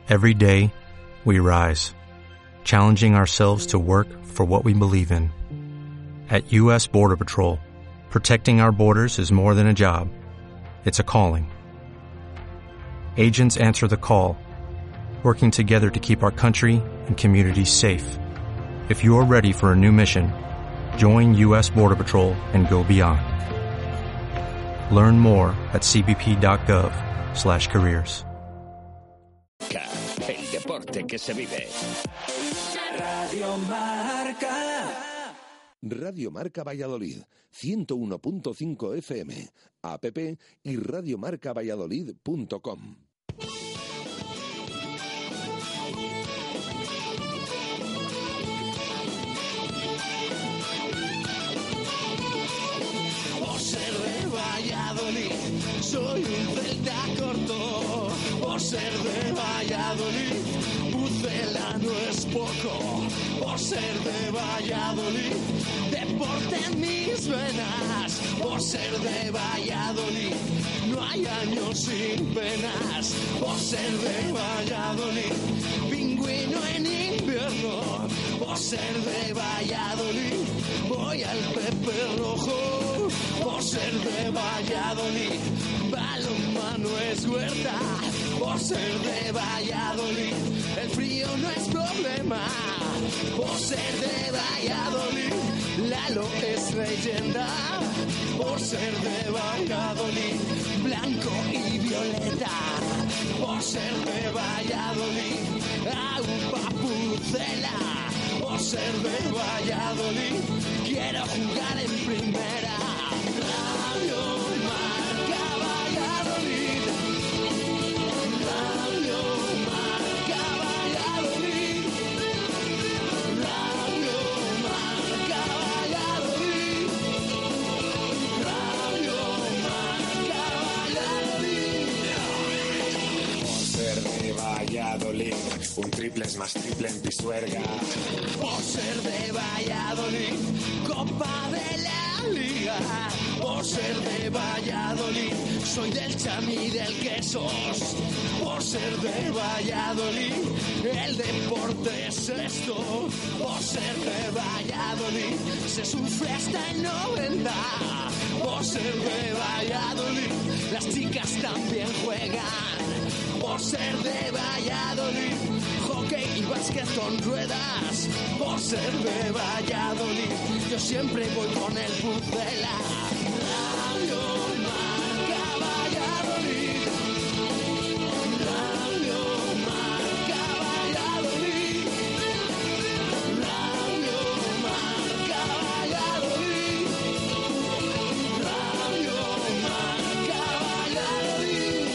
Every day, we rise, challenging ourselves to work for what we believe in. At U.S. Border Patrol, protecting our borders is more than a job. It's a calling. Agents answer the call, working together to keep our country and communities safe. If you are ready for a new mission, join U.S. Border Patrol and go beyond. Learn more at cbp.gov/careers. El deporte que se vive. Radio Marca. Radio Marca Valladolid, 101.5 FM, app y radiomarcavalladolid.com. Por ser de Valladolid, soy un celta corto. Por ser de Valladolid, Pucela no es poco. Por ser de Valladolid, deporte en mis venas. Por ser de Valladolid, no hay años sin penas. Por ser de Valladolid, pingüino en invierno. Por ser de Valladolid, voy al Pepe Rojo. Por ser de Valladolid, balonmano es huerta. Por ser de Valladolid, el frío no es problema. Por ser de Valladolid, Lalo es leyenda. Por ser de Valladolid, blanco y violeta. Por ser de Valladolid, Aupa Pucela. Por ser de Valladolid, quiero jugar en primera. Radio Marca Valladolid. Radio Marca Valladolid. Radio Marca Valladolid. Radio Marca Valladolid. Por ser de Valladolid, un triple es más triple en Pisuerga. Por ser de Valladolid, Copa de la Liga. Por ser de Valladolid, soy del Chami del Quesos. Por ser de Valladolid, el deporte es esto. Por ser de Valladolid, se sufre hasta el 90. Por ser de Valladolid, las chicas también juegan. Por ser de Valladolid, hockey y básquet con ruedas. Por ser de Valladolid, yo siempre voy con el Pucela. Radio Marca Valladolid. Radio Marca Valladolid. Radio Marca Valladolid. Radio Marca Valladolid.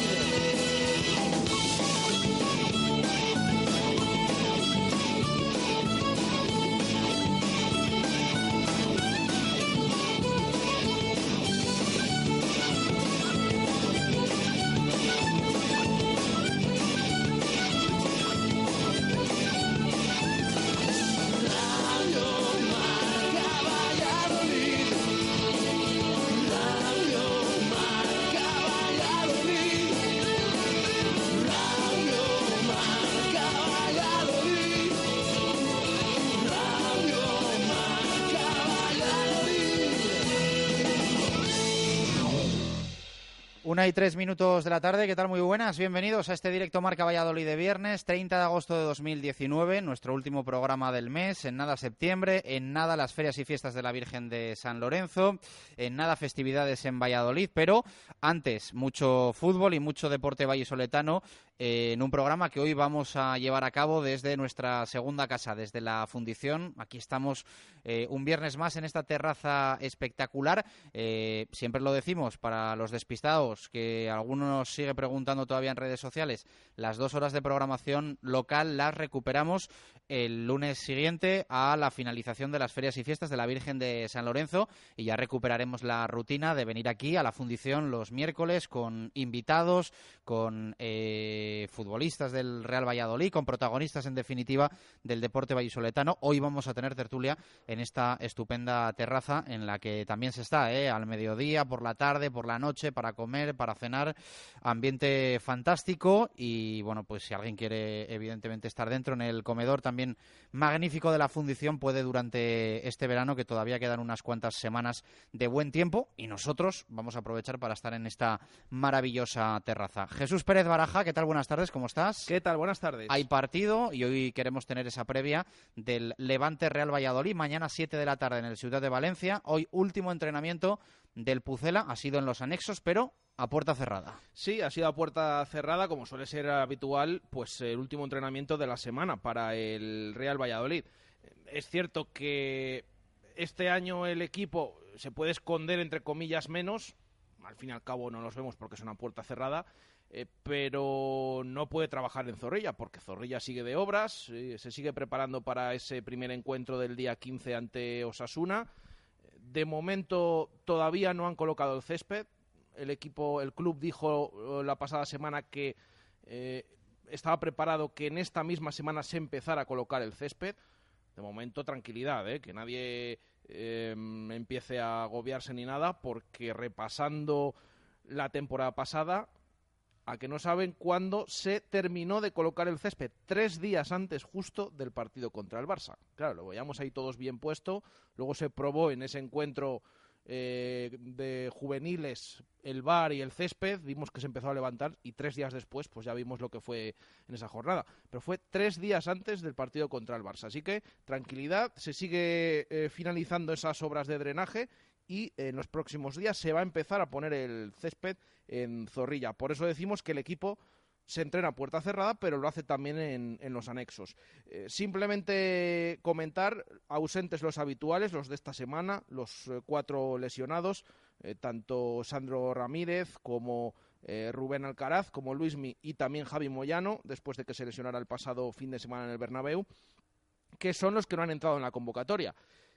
Una y 3 minutos de la tarde, ¿qué tal? Muy buenas, bienvenidos a este directo Marca Valladolid de viernes, 30 de agosto de 2019, nuestro último programa del mes, en nada septiembre, en nada las ferias y fiestas de la Virgen de San Lorenzo, en nada festividades en Valladolid, pero antes mucho fútbol y mucho deporte vallisoletano en un programa que hoy vamos a llevar a cabo desde nuestra segunda casa, desde la Fundición. Aquí estamos un viernes más en esta terraza espectacular, siempre lo decimos para los despistados, que algunos sigue preguntando todavía en redes sociales, las 2 horas de programación local las recuperamos el lunes siguiente a la finalización de las ferias y fiestas de la Virgen de San Lorenzo, y ya recuperaremos la rutina de venir aquí a la Fundición los miércoles con invitados, con futbolistas del Real Valladolid, con protagonistas en definitiva del deporte vallisoletano. Hoy vamos a tener tertulia en esta estupenda terraza en la que también se está, al mediodía, por la tarde, por la noche, para comer, para cenar, ambiente fantástico y bueno, pues si alguien quiere evidentemente estar dentro en el comedor también magnífico de la fundición, puede durante este verano, que todavía quedan unas cuantas semanas de buen tiempo, y nosotros vamos a aprovechar para estar en esta maravillosa terraza. Jesús Pérez Baraja, ¿qué tal? Buenas tardes, ¿cómo estás? ¿Qué tal? Buenas tardes. Hay partido y hoy queremos tener esa previa del Levante Real Valladolid, mañana 7 de la tarde en el Ciudad de Valencia. Hoy último entrenamiento del Pucela, ha sido en los anexos, pero a puerta cerrada. Sí, ha sido a puerta cerrada, como suele ser habitual, pues el último entrenamiento de la semana para el Real Valladolid. Es cierto que este año el equipo se puede esconder, entre comillas, menos. Al fin y al cabo no los vemos porque es una puerta cerrada, pero no puede trabajar en Zorrilla porque Zorrilla sigue de obras, se sigue preparando para ese primer encuentro del día 15 ante Osasuna. De momento todavía no han colocado el césped. El club dijo la pasada semana que estaba preparado que en esta misma semana se empezara a colocar el césped. De momento tranquilidad, que nadie empiece a agobiarse ni nada, porque repasando la temporada pasada, a que no saben cuándo se terminó de colocar el césped, 3 días antes justo del partido contra el Barça. Claro, lo veíamos ahí todos bien puesto, luego se probó en ese encuentro de juveniles el bar y el césped, vimos que se empezó a levantar y 3 días después pues ya vimos lo que fue en esa jornada, pero fue 3 días antes del partido contra el Barça, así que tranquilidad, se sigue finalizando esas obras de drenaje y en los próximos días se va a empezar a poner el césped en Zorrilla. Por eso decimos que el equipo se entrena a puerta cerrada, pero lo hace también en los anexos. Simplemente comentar, ausentes los habituales, los de esta semana, los 4 lesionados, tanto Sandro Ramírez como Rubén Alcaraz, como Luismi y también Javi Moyano, después de que se lesionara el pasado fin de semana en el Bernabéu, que son los que no han entrado en la convocatoria.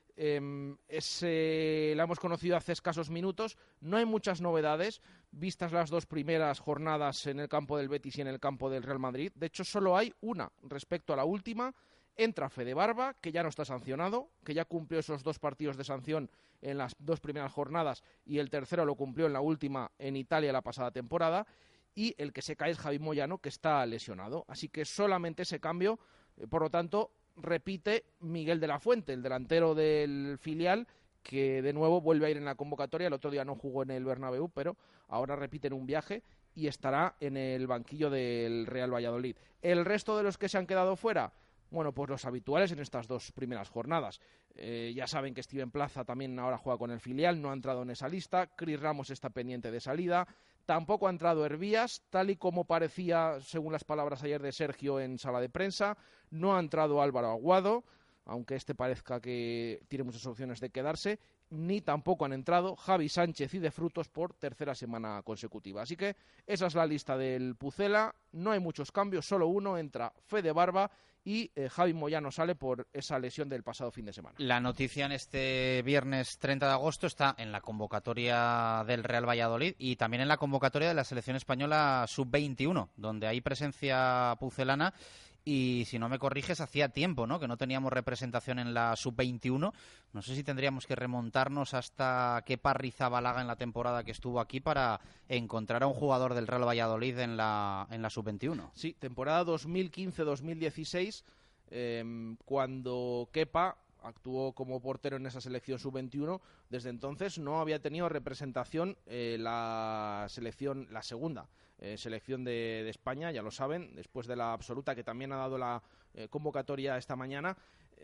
La hemos conocido hace escasos minutos, no hay muchas novedades vistas las 2 primeras jornadas en el campo del Betis y en el campo del Real Madrid. De hecho solo hay una respecto a la última. Entra Fede Barba, que ya no está sancionado, que ya cumplió esos 2 partidos de sanción en las 2 primeras jornadas y el tercero lo cumplió en la última en Italia la pasada temporada, y el que se cae es Javi Moyano, que está lesionado, así que solamente ese cambio, por lo tanto repite Miguel de la Fuente, el delantero del filial, que de nuevo vuelve a ir en la convocatoria. El otro día no jugó en el Bernabéu, pero ahora repite en un viaje y estará en el banquillo del Real Valladolid. El resto de los que se han quedado fuera, bueno, pues los habituales en estas 2 primeras jornadas. Ya saben que Steven Plaza también ahora juega con el filial, no ha entrado en esa lista. Cris Ramos está pendiente de salida. Tampoco ha entrado Hervías, tal y como parecía, según las palabras ayer de Sergio en sala de prensa. No ha entrado Álvaro Aguado, aunque parezca que tiene muchas opciones de quedarse. Ni tampoco han entrado Javi Sánchez y De Frutos por 3ª semana consecutiva. Así que esa es la lista del Pucela. No hay muchos cambios, solo uno, entra Fede Barba y Javi Moyano sale por esa lesión del pasado fin de semana. La noticia en este viernes 30 de agosto está en la convocatoria del Real Valladolid y también en la convocatoria de la selección española sub-21, donde hay presencia pucelana. Y si no me corriges, hacía tiempo, ¿no?, que no teníamos representación en la sub-21. No sé si tendríamos que remontarnos hasta Kepa Arrizabalaga en la temporada que estuvo aquí para encontrar a un jugador del Real Valladolid en la sub-21. Sí, temporada 2015-2016, cuando Kepa actuó como portero en esa selección sub-21. Desde entonces no había tenido representación la segunda selección de España, ya lo saben, después de la absoluta que también ha dado la convocatoria esta mañana.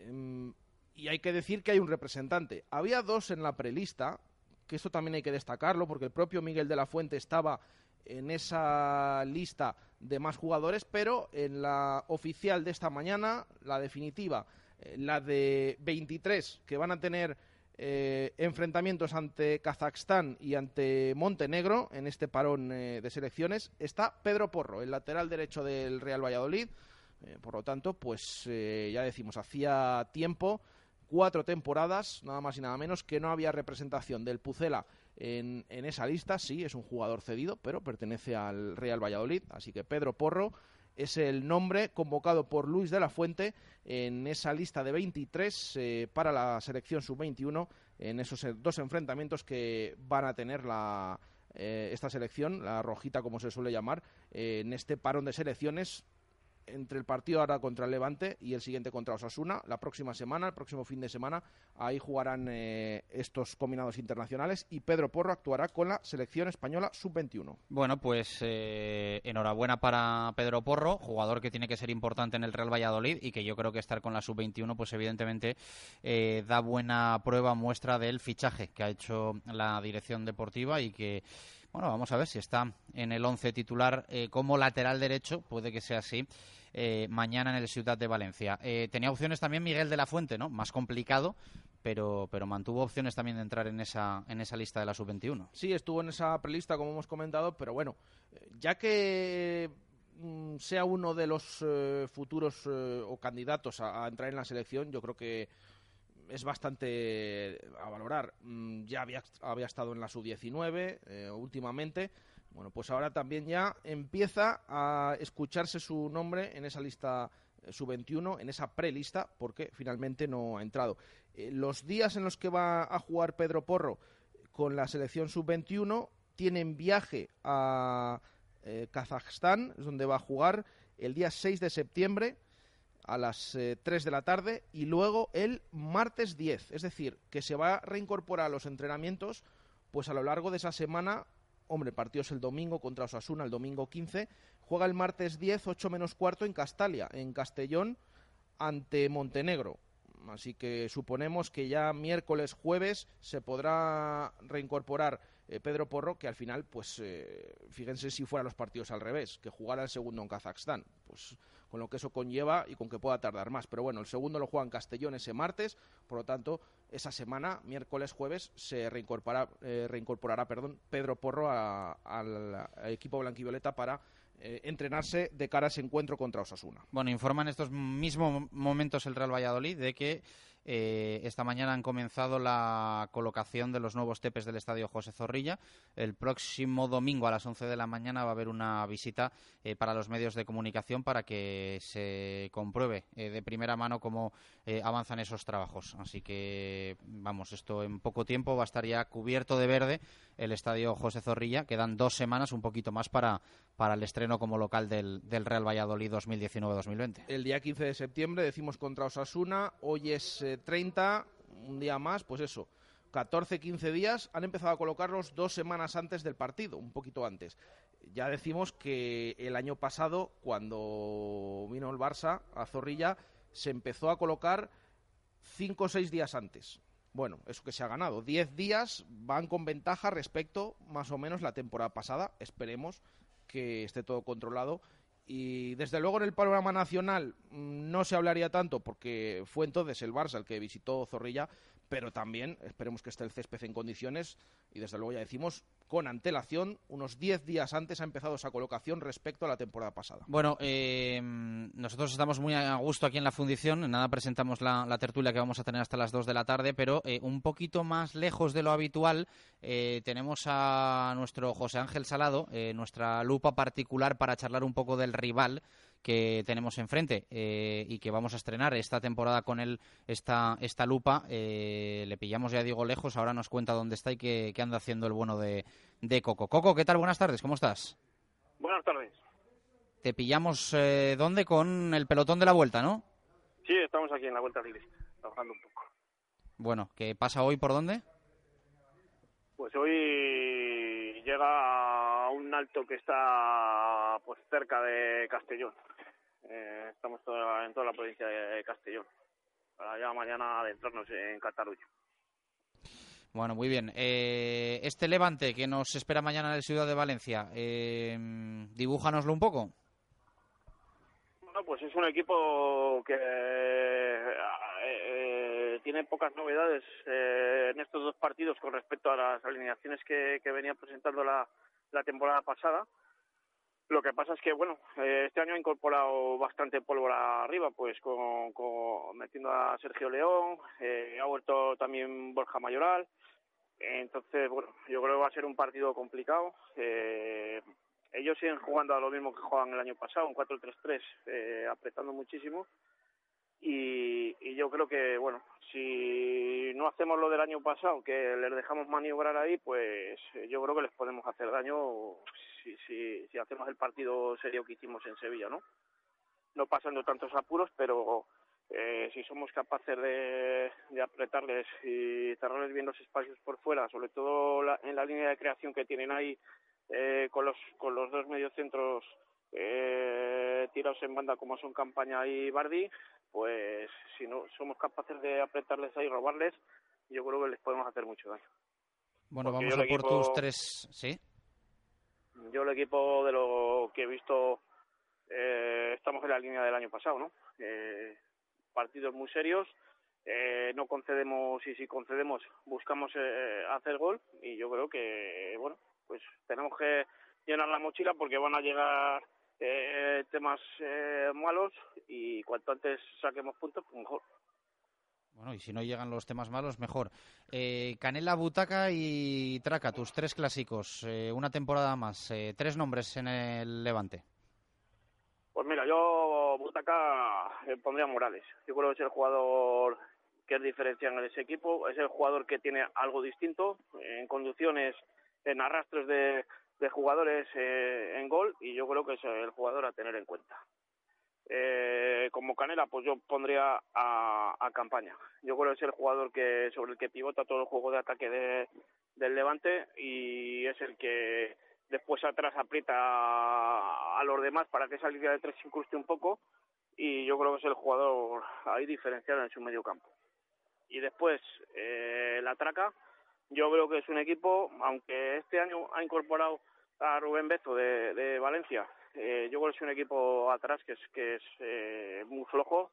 Y hay que decir que hay un representante. Había 2 en la prelista, que esto también hay que destacarlo, porque el propio Miguel de la Fuente estaba en esa lista de más jugadores, pero en la oficial de esta mañana, la definitiva, la de 23, que van a tener enfrentamientos ante Kazajstán y ante Montenegro en este parón de selecciones, está Pedro Porro, el lateral derecho del Real Valladolid. Por lo tanto, pues ya decimos, hacía tiempo, 4 temporadas, nada más y nada menos, que no había representación del Pucela en esa lista. Sí, es un jugador cedido, pero pertenece al Real Valladolid, así que Pedro Porro es el nombre convocado por Luis de la Fuente en esa lista de 23 para la selección sub-21 en esos dos enfrentamientos que van a tener esta selección, la rojita como se suele llamar, en este parón de selecciones entre el partido ahora contra el Levante y el siguiente contra Osasuna, la próxima semana, el próximo fin de semana, ahí jugarán estos combinados internacionales y Pedro Porro actuará con la selección española sub-21. Bueno, pues enhorabuena para Pedro Porro, jugador que tiene que ser importante en el Real Valladolid y que yo creo que estar con la sub-21 pues evidentemente da buena prueba, muestra del fichaje que ha hecho la dirección deportiva y que, bueno, vamos a ver si está en el 11 titular como lateral derecho, puede que sea así. Mañana en el Ciutat de Valencia. Tenía opciones también Miguel de la Fuente, ¿no? Más complicado, pero mantuvo opciones también de entrar en esa lista de la sub-21. Sí, estuvo en esa prelista, como hemos comentado, pero bueno, ya que sea uno de los futuros o candidatos a entrar en la selección, yo creo que es bastante a valorar. Ya había estado en la sub-19 últimamente. Bueno, pues ahora también ya empieza a escucharse su nombre en esa lista sub-21, en esa prelista, porque finalmente no ha entrado. Los días en los que va a jugar Pedro Porro con la selección sub-21 tienen viaje a Kazajstán, es donde va a jugar el día 6 de septiembre a las 3 de la tarde y luego el martes 10, es decir, que se va a reincorporar a los entrenamientos pues a lo largo de esa semana. Hombre, el partido es el domingo contra Osasuna, el domingo 15. Juega el martes 10, 8 menos cuarto en Castalia, en Castellón, ante Montenegro. Así que suponemos que ya miércoles, jueves, se podrá reincorporar Pedro Porro, que al final, pues, fíjense si fueran los partidos al revés, que jugara el segundo en Kazajstán. Pues con lo que eso conlleva y con que pueda tardar más. Pero bueno, el segundo lo juega en Castellón ese martes, por lo tanto, esa semana, miércoles, jueves, se reincorporará Pedro Porro al equipo blanquivioleta para entrenarse de cara a ese encuentro contra Osasuna. Bueno, informa en estos mismos momentos el Real Valladolid de que esta mañana han comenzado la colocación de los nuevos tepes del Estadio José Zorrilla. El próximo domingo a las 11 de la mañana va a haber una visita para los medios de comunicación para que se compruebe de primera mano cómo avanzan esos trabajos. Así que, vamos, esto en poco tiempo va a estar ya cubierto de verde el Estadio José Zorrilla. Quedan 2 semanas, un poquito más, para el estreno como local del Real Valladolid 2019-2020. El día 15 de septiembre decimos contra Osasuna, hoy es 30, un día más, pues eso, 14-15 días, han empezado a colocarlos 2 semanas antes del partido, un poquito antes. Ya decimos que el año pasado, cuando vino el Barça a Zorrilla, se empezó a colocar 5 o 6 días antes. Bueno, eso que se ha ganado. 10 días van con ventaja respecto, más o menos, la temporada pasada. Esperemos que esté todo controlado. Y desde luego en el panorama nacional no se hablaría tanto porque fue entonces el Barça el que visitó Zorrilla, pero también esperemos que esté el césped en condiciones y desde luego ya decimos con antelación, unos 10 días antes ha empezado esa colocación respecto a la temporada pasada. Bueno, nosotros estamos muy a gusto aquí en la fundición, en nada presentamos la tertulia que vamos a tener hasta las 2 de la tarde, pero un poquito más lejos de lo habitual tenemos a nuestro José Ángel Salado, nuestra lupa particular para charlar un poco del rival que tenemos enfrente y que vamos a estrenar esta temporada con él, esta lupa. Le pillamos, ya digo, lejos, ahora nos cuenta dónde está y qué anda haciendo el bueno de Coco. Coco, ¿qué tal? Buenas tardes, ¿cómo estás? Buenas tardes. Te pillamos, ¿dónde? Con el pelotón de la Vuelta, ¿no? Sí, estamos aquí en la Vuelta Ciclista, trabajando un poco. Bueno, ¿qué pasa hoy por dónde? Pues hoy llega a un alto que está pues cerca de Castellón. Estamos en toda la provincia de Castellón, para ya mañana adentrarnos en Cataluña. Bueno, muy bien. Este Levante que nos espera mañana en el Ciudad de Valencia, dibújanoslo un poco. Bueno, pues es un equipo que tiene pocas novedades en estos 2 partidos con respecto a las alineaciones que venía presentando la temporada pasada. Lo que pasa es que, bueno, este año ha incorporado bastante pólvora arriba, pues metiendo a Sergio León, ha vuelto también Borja Mayoral, Entonces, bueno, yo creo que va a ser un partido complicado. Ellos siguen jugando a lo mismo que jugaban el año pasado, un 4-3-3, apretando muchísimo. Y yo creo que, bueno, si no hacemos lo del año pasado, que les dejamos maniobrar ahí, pues yo creo que les podemos hacer daño si hacemos el partido serio que hicimos en Sevilla, ¿no? No pasando tantos apuros, pero si somos capaces de apretarles y cerrarles bien los espacios por fuera, sobre todo en la línea de creación que tienen ahí, con los dos mediocentros tirados en banda como son Campaña y Bardi, pues si no somos capaces de apretarles ahí y robarles, yo creo que les podemos hacer mucho daño. Bueno, Porque vamos a por tus tres... ¿Sí? Yo el equipo, de lo que he visto, estamos en la línea del año pasado, ¿no? Partidos muy serios, no concedemos, y si concedemos buscamos hacer gol, y yo creo que, bueno, pues tenemos que llenar la mochila porque van a llegar temas malos, y cuanto antes saquemos puntos, pues mejor. Bueno, y si no llegan los temas malos, mejor. Canela, Butaca y Traca, tus tres clásicos, una temporada más, tres nombres en el Levante. Pues mira, yo Butaca pondría a Morales. Yo creo que es el jugador que es diferencial en ese equipo, es el jugador que tiene algo distinto en conducciones, en arrastres de jugadores en gol, y yo creo que es el jugador a tener en cuenta. Como Canela, pues yo pondría a Campaña. Yo creo que es el jugador sobre el que pivota todo el juego de ataque del Levante, y es el que después atrás aprieta a los demás para que esa línea de tres se incruste un poco, y yo creo que es el jugador ahí diferencial en su medio campo. Y después la Traca, yo creo que es un equipo, aunque este año ha incorporado a Rubén Bezo de Valencia, yo creo que es un equipo atrás que es muy flojo,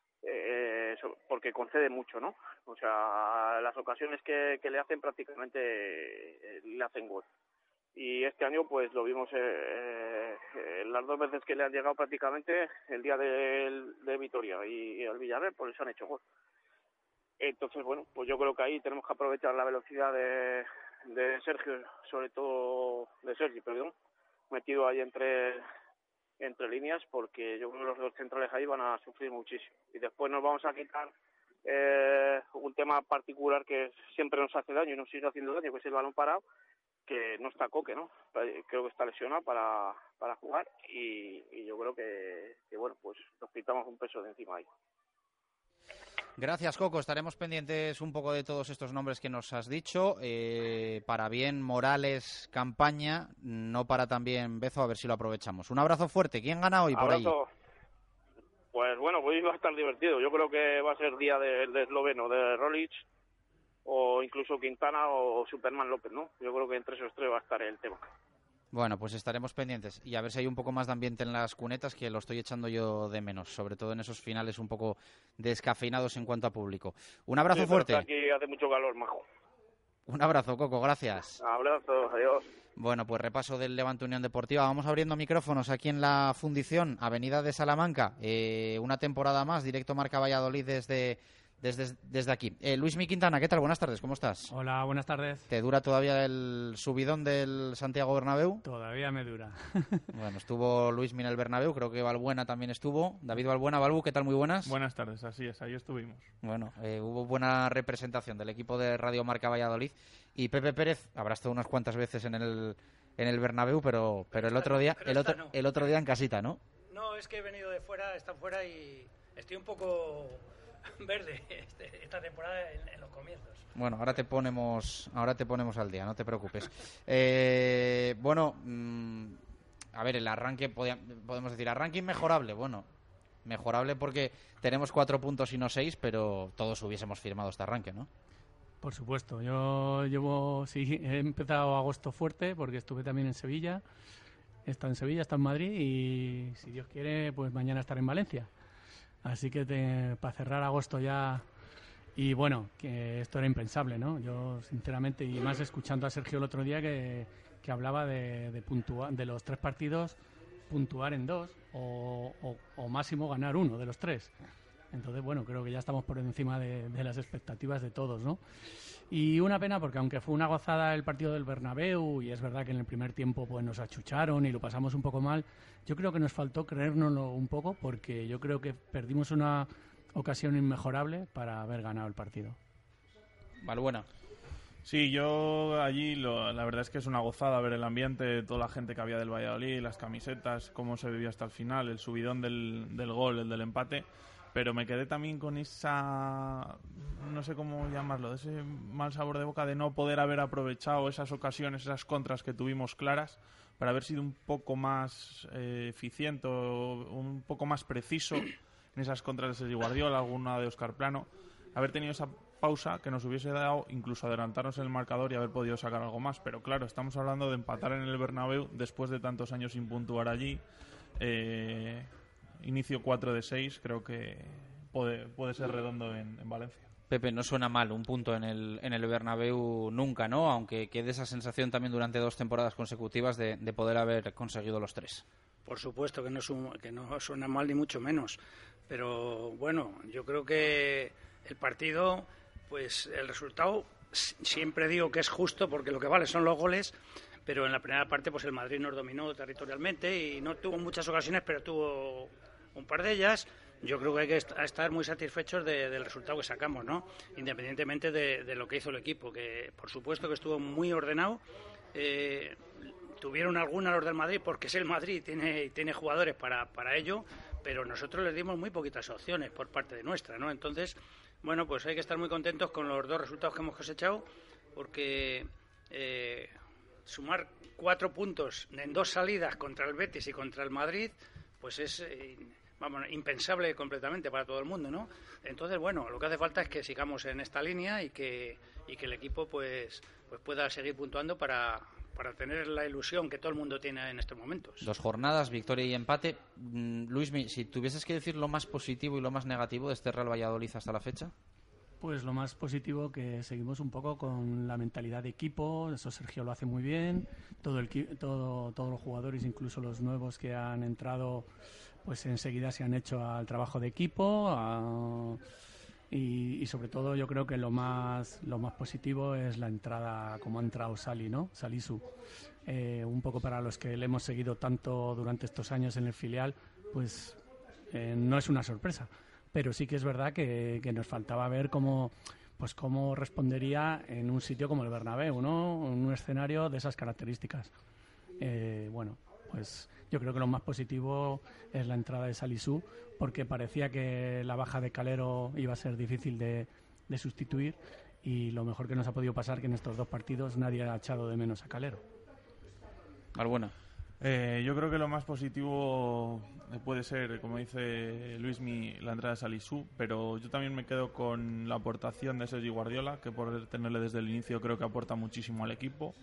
porque concede mucho, ¿no? O sea, las ocasiones que le hacen prácticamente le hacen gol. Y este año pues lo vimos las dos veces que le han llegado prácticamente, el día de Vitoria y el Villarreal, pues les han hecho gol. Entonces, bueno, pues yo creo que ahí tenemos que aprovechar la velocidad de Sergio, sobre todo de Sergio, metido ahí entre líneas, porque yo creo que los dos centrales ahí van a sufrir muchísimo. Y después nos vamos a quitar un tema particular que siempre nos hace daño y nos sigue haciendo daño, que es el balón parado, que no está Coque, ¿no? Creo que está lesionado para jugar, y yo creo que bueno, pues nos quitamos un peso de encima ahí. Gracias, Coco. Estaremos pendientes un poco de todos estos nombres que nos has dicho. Para bien Morales, Campaña, no para también Bezo, a ver si lo aprovechamos. Un abrazo fuerte. ¿Quién gana hoy por ahí? Pues bueno, hoy va a estar divertido. Yo creo que va a ser día de esloveno, de Roglic, o incluso Quintana o Superman López, ¿no? Yo creo que entre esos tres va a estar el tema. Bueno, pues estaremos pendientes y a ver si hay un poco más de ambiente en las cunetas, que lo estoy echando yo de menos, sobre todo en esos finales un poco descafeinados en cuanto a público. Un abrazo fuerte. Aquí hace mucho calor, majo. Un abrazo, Coco, gracias. Abrazo, adiós. Bueno, pues repaso del Levante Unión Deportiva. Vamos abriendo micrófonos aquí en la Fundición, Avenida de Salamanca. Una temporada más, directo Marca Valladolid desde aquí. Luismi Quintana, ¿qué tal? Buenas tardes, ¿cómo estás? Hola, buenas tardes. ¿Te dura todavía el subidón del Santiago Bernabéu? Todavía me dura. Bueno, estuvo Luismi en el Bernabéu, creo que Balbuena también estuvo. David Balbuena, Balbu, ¿qué tal? Muy buenas. Buenas tardes, así es, ahí estuvimos. Bueno, hubo buena representación del equipo de Radio Marca Valladolid, y Pepe Pérez habrá estado unas cuantas veces en el Bernabéu, pero el otro día en casita, ¿no? No, es que he venido de fuera, está fuera y estoy un poco verde esta temporada en los comienzos. Bueno, ahora te ponemos al día, no te preocupes. Bueno, a ver, el arranque, podemos decir, arranque inmejorable. Bueno, mejorable porque tenemos 4 puntos y no 6, pero todos hubiésemos firmado este arranque, ¿no? Por supuesto, yo he empezado agosto fuerte porque estuve también en Sevilla. He estado en Sevilla, he estado en Madrid y, si Dios quiere, pues mañana estaré en Valencia. Así que para cerrar agosto ya, y bueno, que esto era impensable, ¿no? Yo sinceramente, y más escuchando a Sergio el otro día que hablaba de puntuar, de los 3 partidos, puntuar en 2 o máximo ganar 1 de los 3. Entonces, bueno, creo que ya estamos por encima de las expectativas de todos, ¿no? Y una pena porque aunque fue una gozada el partido del Bernabéu, y es verdad que en el primer tiempo pues nos achucharon y lo pasamos un poco mal, yo creo que nos faltó creérnoslo un poco, porque yo creo que perdimos una ocasión inmejorable para haber ganado el partido. Valbuena. Sí, yo allí la verdad es que es una gozada ver el ambiente, toda la gente que había del Valladolid, las camisetas, cómo se vivió hasta el final, el subidón del gol, el del empate. Pero me quedé también con esa, no sé cómo llamarlo, ese mal sabor de boca de no poder haber aprovechado esas ocasiones, esas contras que tuvimos claras, para haber sido un poco más eficiente, un poco más preciso en esas contras de Sergi Guardiola, alguna de Óscar Plano, haber tenido esa pausa que nos hubiese dado incluso adelantarnos en el marcador y haber podido sacar algo más. Pero claro, estamos hablando de empatar en el Bernabéu después de tantos años sin puntuar allí. Inicio 4 de 6, creo que puede ser redondo en Valencia. Pepe, no suena mal un punto en el Bernabéu nunca, ¿no? Aunque quede esa sensación también durante 2 temporadas consecutivas de poder haber conseguido los 3. Por supuesto que no suena mal ni mucho menos. Pero bueno, yo creo que el partido, pues el resultado, siempre digo que es justo porque lo que vale son los goles. Pero en la primera parte pues el Madrid nos dominó territorialmente y no tuvo muchas ocasiones, pero tuvo un par de ellas. Yo creo que hay que estar muy satisfechos del resultado que sacamos, ¿no? Independientemente de lo que hizo el equipo, que por supuesto que estuvo muy ordenado. Tuvieron alguna los del Madrid porque es el Madrid y tiene jugadores para ello, pero nosotros les dimos muy poquitas opciones por parte de nuestra, ¿no? Entonces, bueno, pues hay que estar muy contentos con los 2 resultados que hemos cosechado, porque sumar 4 puntos en 2 salidas contra el Betis y contra el Madrid, pues es impensable completamente para todo el mundo, ¿no? Entonces, bueno, lo que hace falta es que sigamos en esta línea y que el equipo pues pueda seguir puntuando para tener la ilusión que todo el mundo tiene en estos momentos. 2 jornadas, victoria y empate. Luismi, si tuvieses que decir lo más positivo y lo más negativo de este Real Valladolid hasta la fecha. Pues lo más positivo, que seguimos un poco con la mentalidad de equipo. Eso Sergio lo hace muy bien. Todos los jugadores, incluso los nuevos que han entrado, pues enseguida se han hecho al trabajo de equipo. Y sobre todo yo creo que lo más positivo es la entrada, como ha entrado Salisu. Un poco para los que le hemos seguido tanto durante estos años en el filial, pues no es una sorpresa. Pero sí que es verdad que nos faltaba ver cómo respondería en un sitio como el Bernabéu, ¿no? En un escenario de esas características. Bueno, pues yo creo que lo más positivo es la entrada de Salisu, porque parecía que la baja de Calero iba a ser difícil de sustituir, y lo mejor que nos ha podido pasar que en estos 2 partidos nadie ha echado de menos a Calero. Alguna. Yo creo que lo más positivo puede ser, como dice Luismi, la entrada de Salisu, pero yo también me quedo con la aportación de Sergi Guardiola, que por tenerle desde el inicio creo que aporta muchísimo al equipo,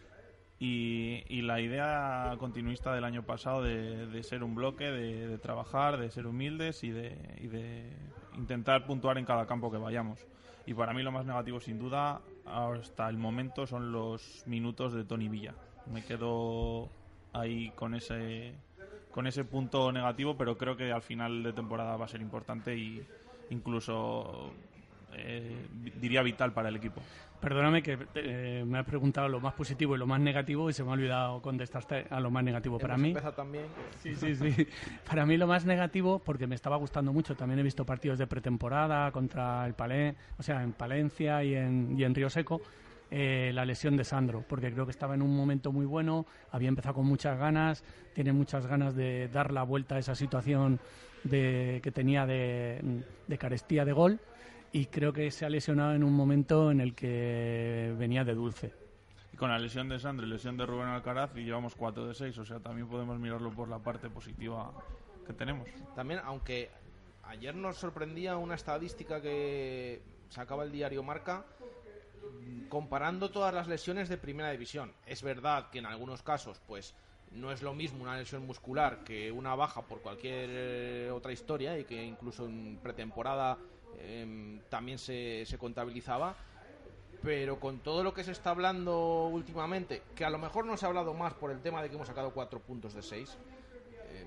y la idea continuista del año pasado de ser un bloque, de trabajar, de ser humildes y de intentar puntuar en cada campo que vayamos. Y para mí lo más negativo, sin duda, hasta el momento, son los minutos de Toni Villa. Me quedo ahí con ese punto negativo, pero creo que al final de temporada va a ser importante y incluso diría vital para el equipo. Perdóname que me has preguntado lo más positivo y lo más negativo y se me ha olvidado contestarte a lo más negativo. Para mí también. Sí. Para mí lo más negativo, porque me estaba gustando mucho, también he visto partidos de pretemporada contra el en Palencia y en Río Seco. La lesión de Sandro, porque creo que estaba en un momento muy bueno, había empezado con muchas ganas, tiene muchas ganas de dar la vuelta a esa situación que tenía de carestía de gol, y creo que se ha lesionado en un momento en el que venía de dulce. Y con la lesión de Sandro y lesión de Rubén Alcaraz, y llevamos 4 de 6, o sea, también podemos mirarlo por la parte positiva que tenemos. También, aunque ayer nos sorprendía una estadística que sacaba el diario Marca, comparando todas las lesiones de primera división. Es verdad que en algunos casos pues no es lo mismo una lesión muscular que una baja por cualquier otra historia, y que incluso en pretemporada también se contabilizaba, pero con todo lo que se está hablando últimamente, que a lo mejor no se ha hablado más por el tema de que hemos sacado 4 puntos de 6,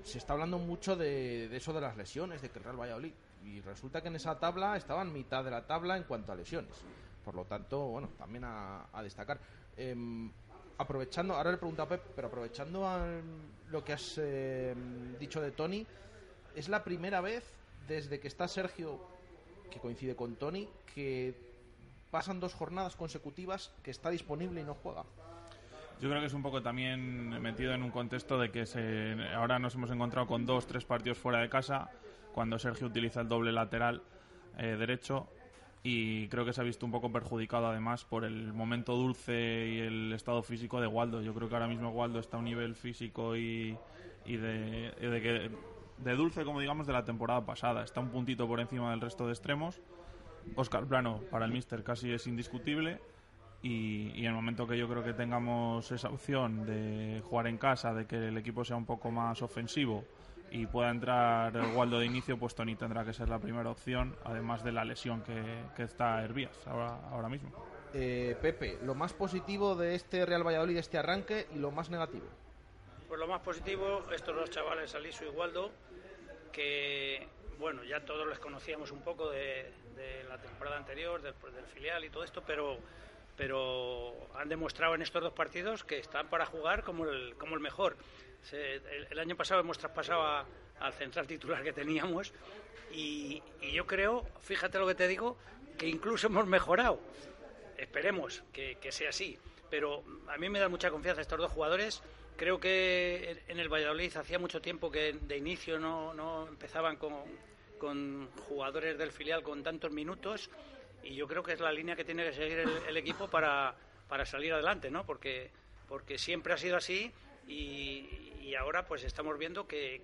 se está hablando mucho de eso de las lesiones, de que el Real Valladolid, y resulta que en esa tabla estaban mitad de la tabla en cuanto a lesiones. Por lo tanto, bueno, también a destacar. Aprovechando, ahora le pregunto a Pep, pero aprovechando lo que has dicho de Toni, es la primera vez desde que está Sergio, que coincide con Toni, que pasan 2 jornadas consecutivas que está disponible y no juega. Yo creo que es un poco también metido en un contexto de que ahora nos hemos encontrado con 2-3 partidos fuera de casa, cuando Sergio utiliza el doble lateral derecho, y creo que se ha visto un poco perjudicado además por el momento dulce y el estado físico de Waldo. Yo creo que ahora mismo Waldo está a un nivel físico y de dulce, como digamos, de la temporada pasada. Está un puntito por encima del resto de extremos. Óscar Plano, para el míster, casi es indiscutible. Y en el momento que yo creo que tengamos esa opción de jugar en casa, de que el equipo sea un poco más ofensivo y pueda entrar Waldo de inicio, pues Toni tendrá que ser la primera opción, además de la lesión que está Hervías ahora mismo. Pepe, lo más positivo de este Real Valladolid, de este arranque, y lo más negativo. Pues lo más positivo, estos 2 chavales, Aliso y Waldo, que bueno, ya todos les conocíamos un poco de la temporada anterior, del filial y todo esto, pero han demostrado en estos 2 partidos que están para jugar como el mejor. El año pasado hemos traspasado al central titular que teníamos y yo creo, fíjate lo que te digo, que incluso hemos mejorado. Esperemos que sea así, pero a mí me da mucha confianza estos 2 jugadores. Creo que en el Valladolid hacía mucho tiempo que de inicio no empezaban con jugadores del filial con tantos minutos, y yo creo que es la línea que tiene que seguir el equipo para salir adelante, ¿no? Porque siempre ha sido así. Y ahora pues estamos viendo que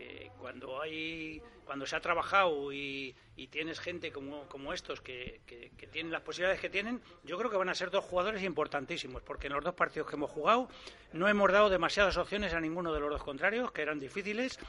cuando se ha trabajado y tienes gente como estos que tienen las posibilidades que tienen, yo creo que van a ser 2 jugadores importantísimos, porque en los 2 partidos que hemos jugado no hemos dado demasiadas opciones a ninguno de los 2 contrarios, que eran difíciles.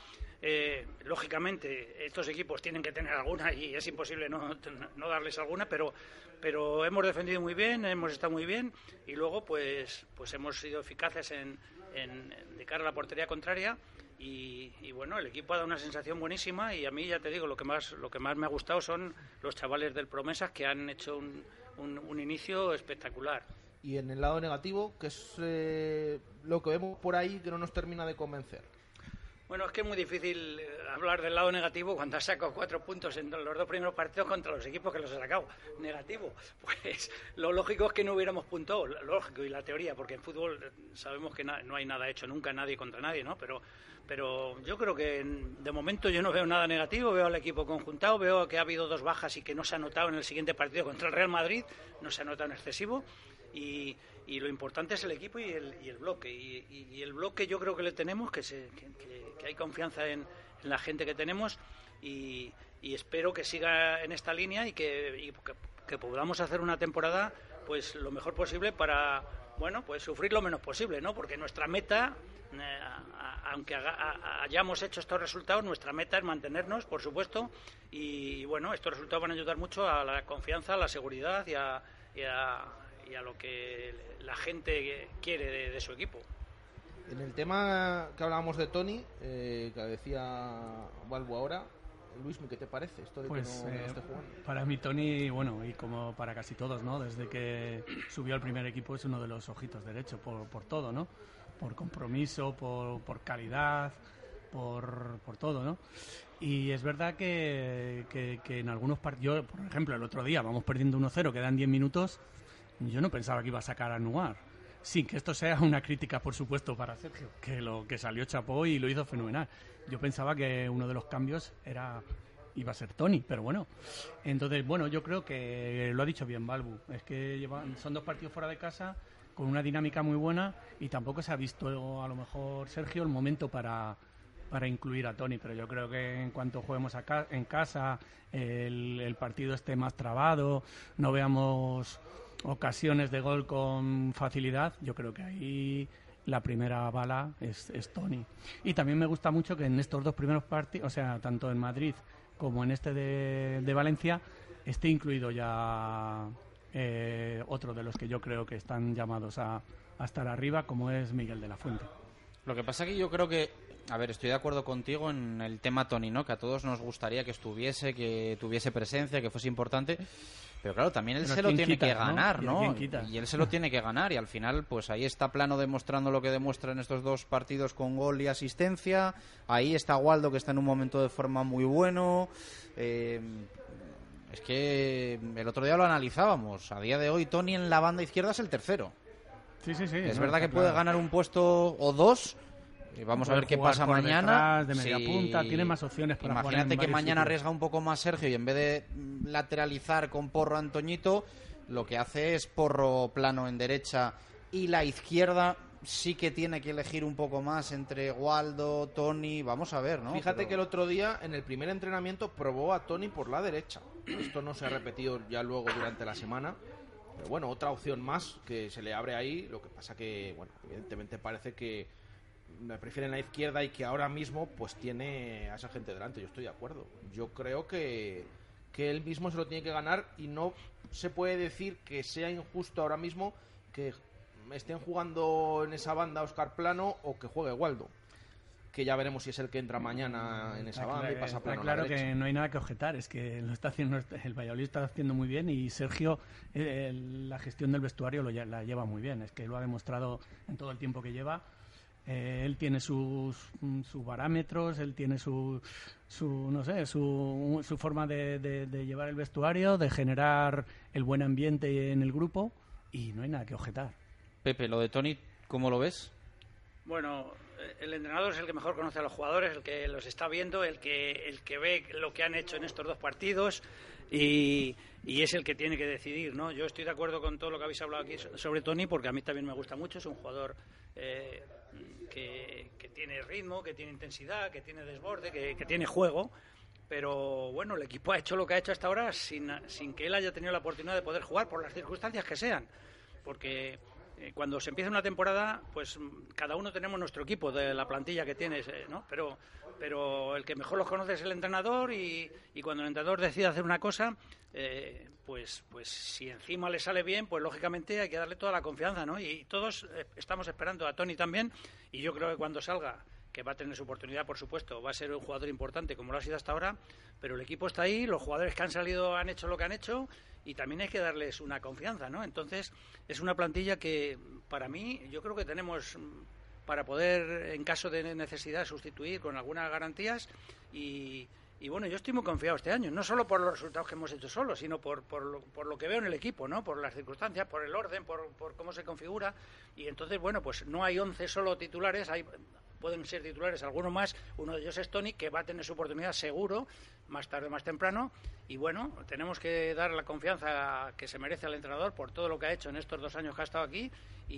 Lógicamente estos equipos tienen que tener alguna y es imposible no darles alguna, pero hemos defendido muy bien, hemos estado muy bien, y luego pues hemos sido eficaces de cara a la portería contraria, y bueno, el equipo ha dado una sensación buenísima, y a mí, ya te digo, lo que más me ha gustado son los chavales del Promesas, que han hecho un inicio espectacular. Y en el lado negativo, ¿qué es lo que vemos por ahí que no nos termina de convencer? Bueno, es que es muy difícil hablar del lado negativo cuando has sacado 4 puntos en los 2 primeros partidos contra los equipos que los ha sacado. Negativo, pues lo lógico es que no hubiéramos puntuado, lo lógico, y la teoría, porque en fútbol sabemos que no hay nada hecho nunca, nadie contra nadie, ¿no? Pero yo creo que de momento yo no veo nada negativo, veo al equipo conjuntado, veo que ha habido 2 bajas y que no se ha notado en el siguiente partido contra el Real Madrid, no se ha notado en excesivo, y lo importante es el equipo y el bloque, y el bloque yo creo que le tenemos, que hay confianza en la gente que tenemos, y espero que siga en esta línea y que podamos hacer una temporada pues lo mejor posible para, bueno, pues sufrir lo menos posible, ¿no? Porque nuestra meta, aunque hayamos hecho estos resultados, nuestra meta es mantenernos, por supuesto, y bueno, estos resultados van a ayudar mucho a la confianza, a la seguridad y a lo que la gente quiere de su equipo. En el tema que hablábamos de Toni, que decía Balbo ahora, Luis, ¿qué te parece esto de pues, que no esté jugando? Para mí Toni, bueno, y como para casi todos, ¿no? Desde que subió al primer equipo es uno de los ojitos derechos por todo, ¿no? Por compromiso, por calidad, por todo, ¿no? Y es verdad que en algunos partidos, por ejemplo, el otro día vamos perdiendo 1-0, quedan 10 minutos, yo no pensaba que iba a sacar a Anuar. Sin que esto sea una crítica, por supuesto, para Sergio, que salió chapó y lo hizo fenomenal. Yo pensaba que uno de los cambios iba a ser Toni, pero bueno. Entonces, bueno, yo creo que lo ha dicho bien Balbu. Es que son 2 partidos fuera de casa con una dinámica muy buena, y tampoco se ha visto, a lo mejor, Sergio, el momento para incluir a Toni, pero yo creo que en cuanto juguemos en casa, el partido esté más trabado, no veamos ocasiones de gol con facilidad, yo creo que ahí la primera bala es Toni. Y también me gusta mucho que en estos 2 primeros partidos, o sea, tanto en Madrid como en este de Valencia, esté incluido ya otro de los que yo creo que están llamados a estar arriba, como es Miguel de la Fuente. Lo que pasa que yo creo que A ver, estoy de acuerdo contigo en el tema Toni, ¿no? Que a todos nos gustaría que estuviese, que tuviese presencia, que fuese importante. Pero claro, también él se lo tiene que ganar, ¿no? Y él se lo tiene que ganar. Y al final, pues ahí está Plano demostrando lo que demuestra en estos 2 partidos con gol y asistencia. Ahí está Waldo, que está en un momento de forma muy bueno. Es que el otro día lo analizábamos. A día de hoy, Toni en la banda izquierda es el tercero. Sí. Es verdad que puede ganar un puesto o 2. Y vamos a ver qué pasa mañana. De media punta, tiene más opciones para jugar. Imagínate que mañana arriesga un poco más Sergio y en vez de lateralizar con Porro a Antoñito, lo que hace es Porro Plano en derecha y la izquierda sí que tiene que elegir un poco más entre Waldo, Toni, vamos a ver, ¿no? Fíjate que el otro día en el primer entrenamiento probó a Toni por la derecha. Esto no se ha repetido ya luego durante la semana. Pero bueno, otra opción más que se le abre ahí. Lo que pasa que, bueno, evidentemente parece que prefieren la izquierda y que ahora mismo pues tiene a esa gente delante. Yo estoy de acuerdo. Yo creo que él mismo se lo tiene que ganar y no se puede decir que sea injusto ahora mismo que estén jugando en esa banda Óscar Plano o que juegue Waldo, que ya veremos si es el que entra mañana en esa banda y pasa Plano. Claro que no hay nada que objetar, es que lo está haciendo, el Valladolid está haciendo muy bien y Sergio la gestión del vestuario la lleva muy bien, es que lo ha demostrado en todo el tiempo que lleva. Él tiene sus parámetros, él tiene su forma de llevar el vestuario, de generar el buen ambiente en el grupo y no hay nada que objetar. Pepe, lo de Toni, ¿cómo lo ves? Bueno, el entrenador es el que mejor conoce a los jugadores, el que los está viendo, el que ve lo que han hecho en estos 2 partidos y es el que tiene que decidir, ¿no? Yo estoy de acuerdo con todo lo que habéis hablado aquí sobre Toni, porque a mí también me gusta mucho, es un jugador que tiene ritmo, que tiene intensidad, que tiene desborde, que tiene juego, pero bueno, el equipo ha hecho lo que ha hecho hasta ahora sin que él haya tenido la oportunidad de poder jugar por las circunstancias que sean, porque cuando se empieza una temporada, pues cada uno tenemos nuestro equipo de la plantilla que tienes, ¿no? Pero el que mejor los conoce es el entrenador y cuando el entrenador decide hacer una cosa, pues si encima le sale bien, pues lógicamente hay que darle toda la confianza, ¿no? Y todos estamos esperando a Toni también y yo creo que cuando salga, que va a tener su oportunidad, por supuesto, va a ser un jugador importante como lo ha sido hasta ahora, pero el equipo está ahí, los jugadores que han salido han hecho lo que han hecho y también hay que darles una confianza, ¿no? Entonces, es una plantilla que, para mí, yo creo que tenemos para poder, en caso de necesidad, sustituir con algunas garantías y bueno, yo estoy muy confiado este año, no solo por los resultados que hemos hecho solos, sino por lo que veo en el equipo, ¿no? Por las circunstancias, por el orden, por cómo se configura y entonces, bueno, pues no hay 11 solo titulares, pueden ser titulares algunos más, uno de ellos es Toni, que va a tener su oportunidad seguro, más tarde o más temprano, y bueno, tenemos que dar la confianza que se merece al entrenador por todo lo que ha hecho en estos 2 años que ha estado aquí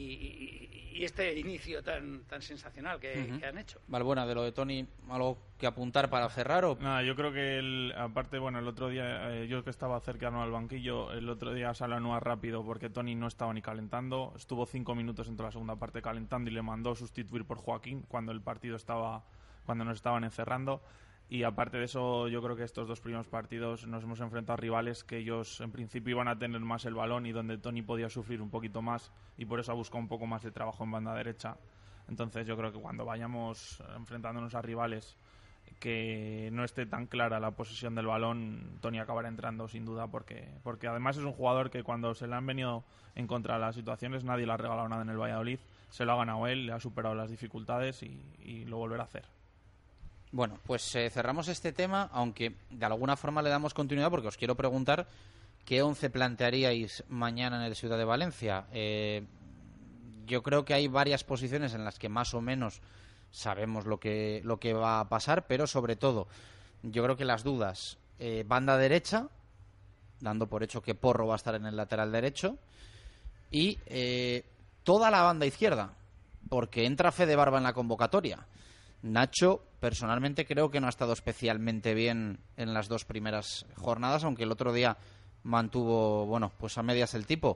y este inicio tan sensacional que han hecho. Valbuena, de lo de Toni, ¿algo que apuntar para cerrar? ¿O? Nada, yo creo que aparte, bueno, el otro día, yo que estaba cercano al banquillo, el otro día salió a Anuar rápido porque Toni no estaba ni calentando, estuvo 5 minutos en toda la segunda parte calentando y le mandó sustituir por Joaquín cuando nos estaban encerrando. Y aparte de eso, yo creo que estos 2 primeros partidos nos hemos enfrentado a rivales que ellos en principio iban a tener más el balón y donde Toni podía sufrir un poquito más y por eso ha buscado un poco más de trabajo en banda derecha. Entonces yo creo que cuando vayamos enfrentándonos a rivales que no esté tan clara la posesión del balón, Toni acabará entrando sin duda porque además es un jugador que cuando se le han venido en contra las situaciones nadie le ha regalado nada en el Valladolid, se lo ha ganado él, le ha superado las dificultades y lo volverá a hacer. Bueno, pues cerramos este tema, aunque de alguna forma le damos continuidad porque os quiero preguntar qué 11 plantearíais mañana en el Ciudad de Valencia. Yo creo que hay varias posiciones en las que más o menos sabemos lo que va a pasar, pero sobre todo yo creo que las dudas, banda derecha, dando por hecho que Porro va a estar en el lateral derecho, y toda la banda izquierda, porque entra Fede Barba en la convocatoria. Nacho, personalmente creo que no ha estado especialmente bien en las 2 primeras jornadas, aunque el otro día mantuvo, bueno, pues a medias el tipo.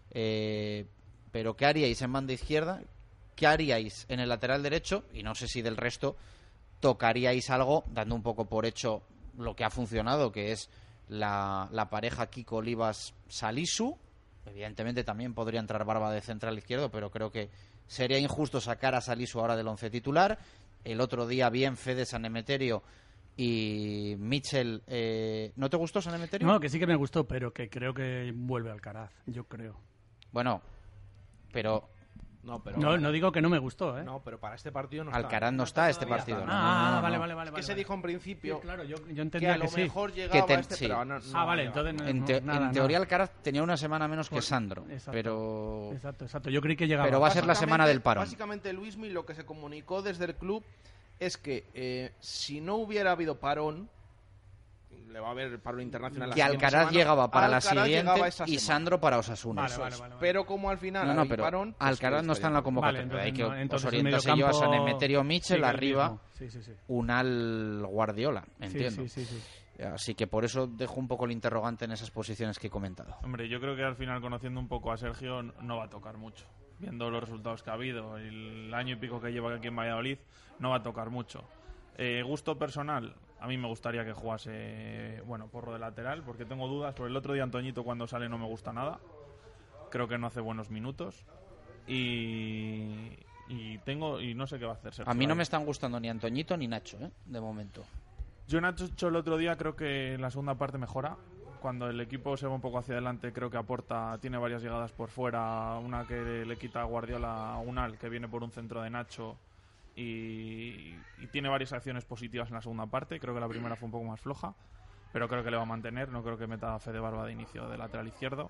Pero ¿qué haríais en banda izquierda? ¿Qué haríais en el lateral derecho? Y no sé si del resto tocaríais algo, dando un poco por hecho lo que ha funcionado, que es la pareja Kiko Olivas-Salisu. Evidentemente también podría entrar Barba de central izquierdo, pero creo que sería injusto sacar a Salisu ahora del 11 titular. el otro día bien Fede San Emeterio y Mitchell. ¿No te gustó San Emeterio? No, que sí que me gustó, pero que creo que vuelve Alcaraz, yo creo. Bueno, pero... No digo que no me gustó, ¿eh? No, pero para este partido no está. Alcaraz no está este partido. Vale. Es que se dijo en principio claro, yo entendía que a lo mejor llegaba pero no, vale, entonces en teoría Alcaraz tenía una semana menos que Sandro, exacto, pero... Exacto, yo creí que llegaba. Pero va a ser la semana del parón. Básicamente, Luismi, lo que se comunicó desde el club es que si no hubiera habido parón, le va a haber parón internacional. Que Alcaraz llegaba para la siguiente y Sandro para Osasuna. Vale. Pero como al final hay parón... Pues Alcaraz no está en la convocatoria. Hay que os orientarse yo a San Emeterio Mitchell, arriba Unal Guardiola, entiendo. Sí. Así que por eso dejo un poco el interrogante en esas posiciones que he comentado. Hombre, yo creo que al final, conociendo un poco a Sergio, no va a tocar mucho. Viendo los resultados que ha habido, el año y pico que lleva aquí en Valladolid, no va a tocar mucho. Gusto personal, a mí me gustaría que jugase Porro de lateral, porque tengo dudas. Por el otro día Antoñito cuando sale no me gusta nada, creo que no hace buenos minutos y no sé qué va a hacer Sergio. A mí no me están gustando ni Antoñito ni Nacho, de momento. Yo Nacho el otro día creo que en la segunda parte mejora. Cuando el equipo se va un poco hacia adelante, creo que aporta, tiene varias llegadas por fuera, una que le quita a Guardiola a Unal, que viene por un centro de Nacho. Y tiene varias acciones positivas en la segunda parte. Creo que la primera fue un poco más floja, pero creo que le va a mantener. No creo que meta a Fede Barba de inicio de lateral izquierdo.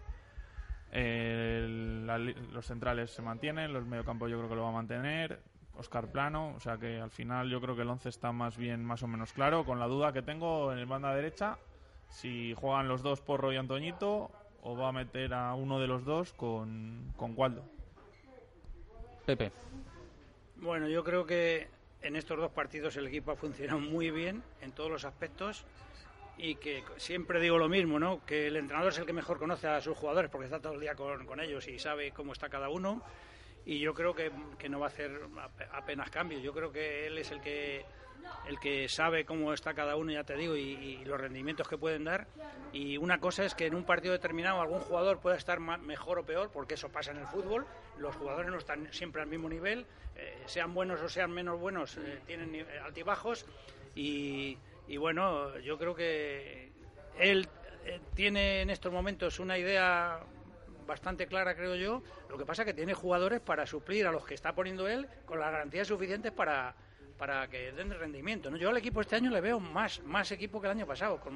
Los centrales se mantienen, los mediocampos yo creo que lo va a mantener. Óscar Plano, o sea que al final yo creo que el 11 está más o menos claro, con la duda que tengo en el banda derecha si juegan los dos, Porro y Antoñito, o va a meter a uno de los dos con Waldo. Pepe. Bueno, yo creo que en estos dos partidos el equipo ha funcionado muy bien en todos los aspectos y que siempre digo lo mismo, ¿no? Que el entrenador es el que mejor conoce a sus jugadores porque está todo el día con ellos y sabe cómo está cada uno, y yo creo que no va a hacer apenas cambios. Yo creo que él es el que sabe cómo está cada uno, ya te digo, y los rendimientos que pueden dar. Y una cosa es que en un partido determinado algún jugador pueda estar mejor o peor, porque eso pasa en el fútbol. Los jugadores no están siempre al mismo nivel, sean buenos o sean menos buenos, tienen altibajos. Y bueno, yo creo que él tiene en estos momentos una idea bastante clara, creo yo. Lo que pasa es que tiene jugadores para suplir a los que está poniendo él con las garantías suficientes para que den rendimiento, ¿no? Yo al equipo este año le veo más equipo que el año pasado, con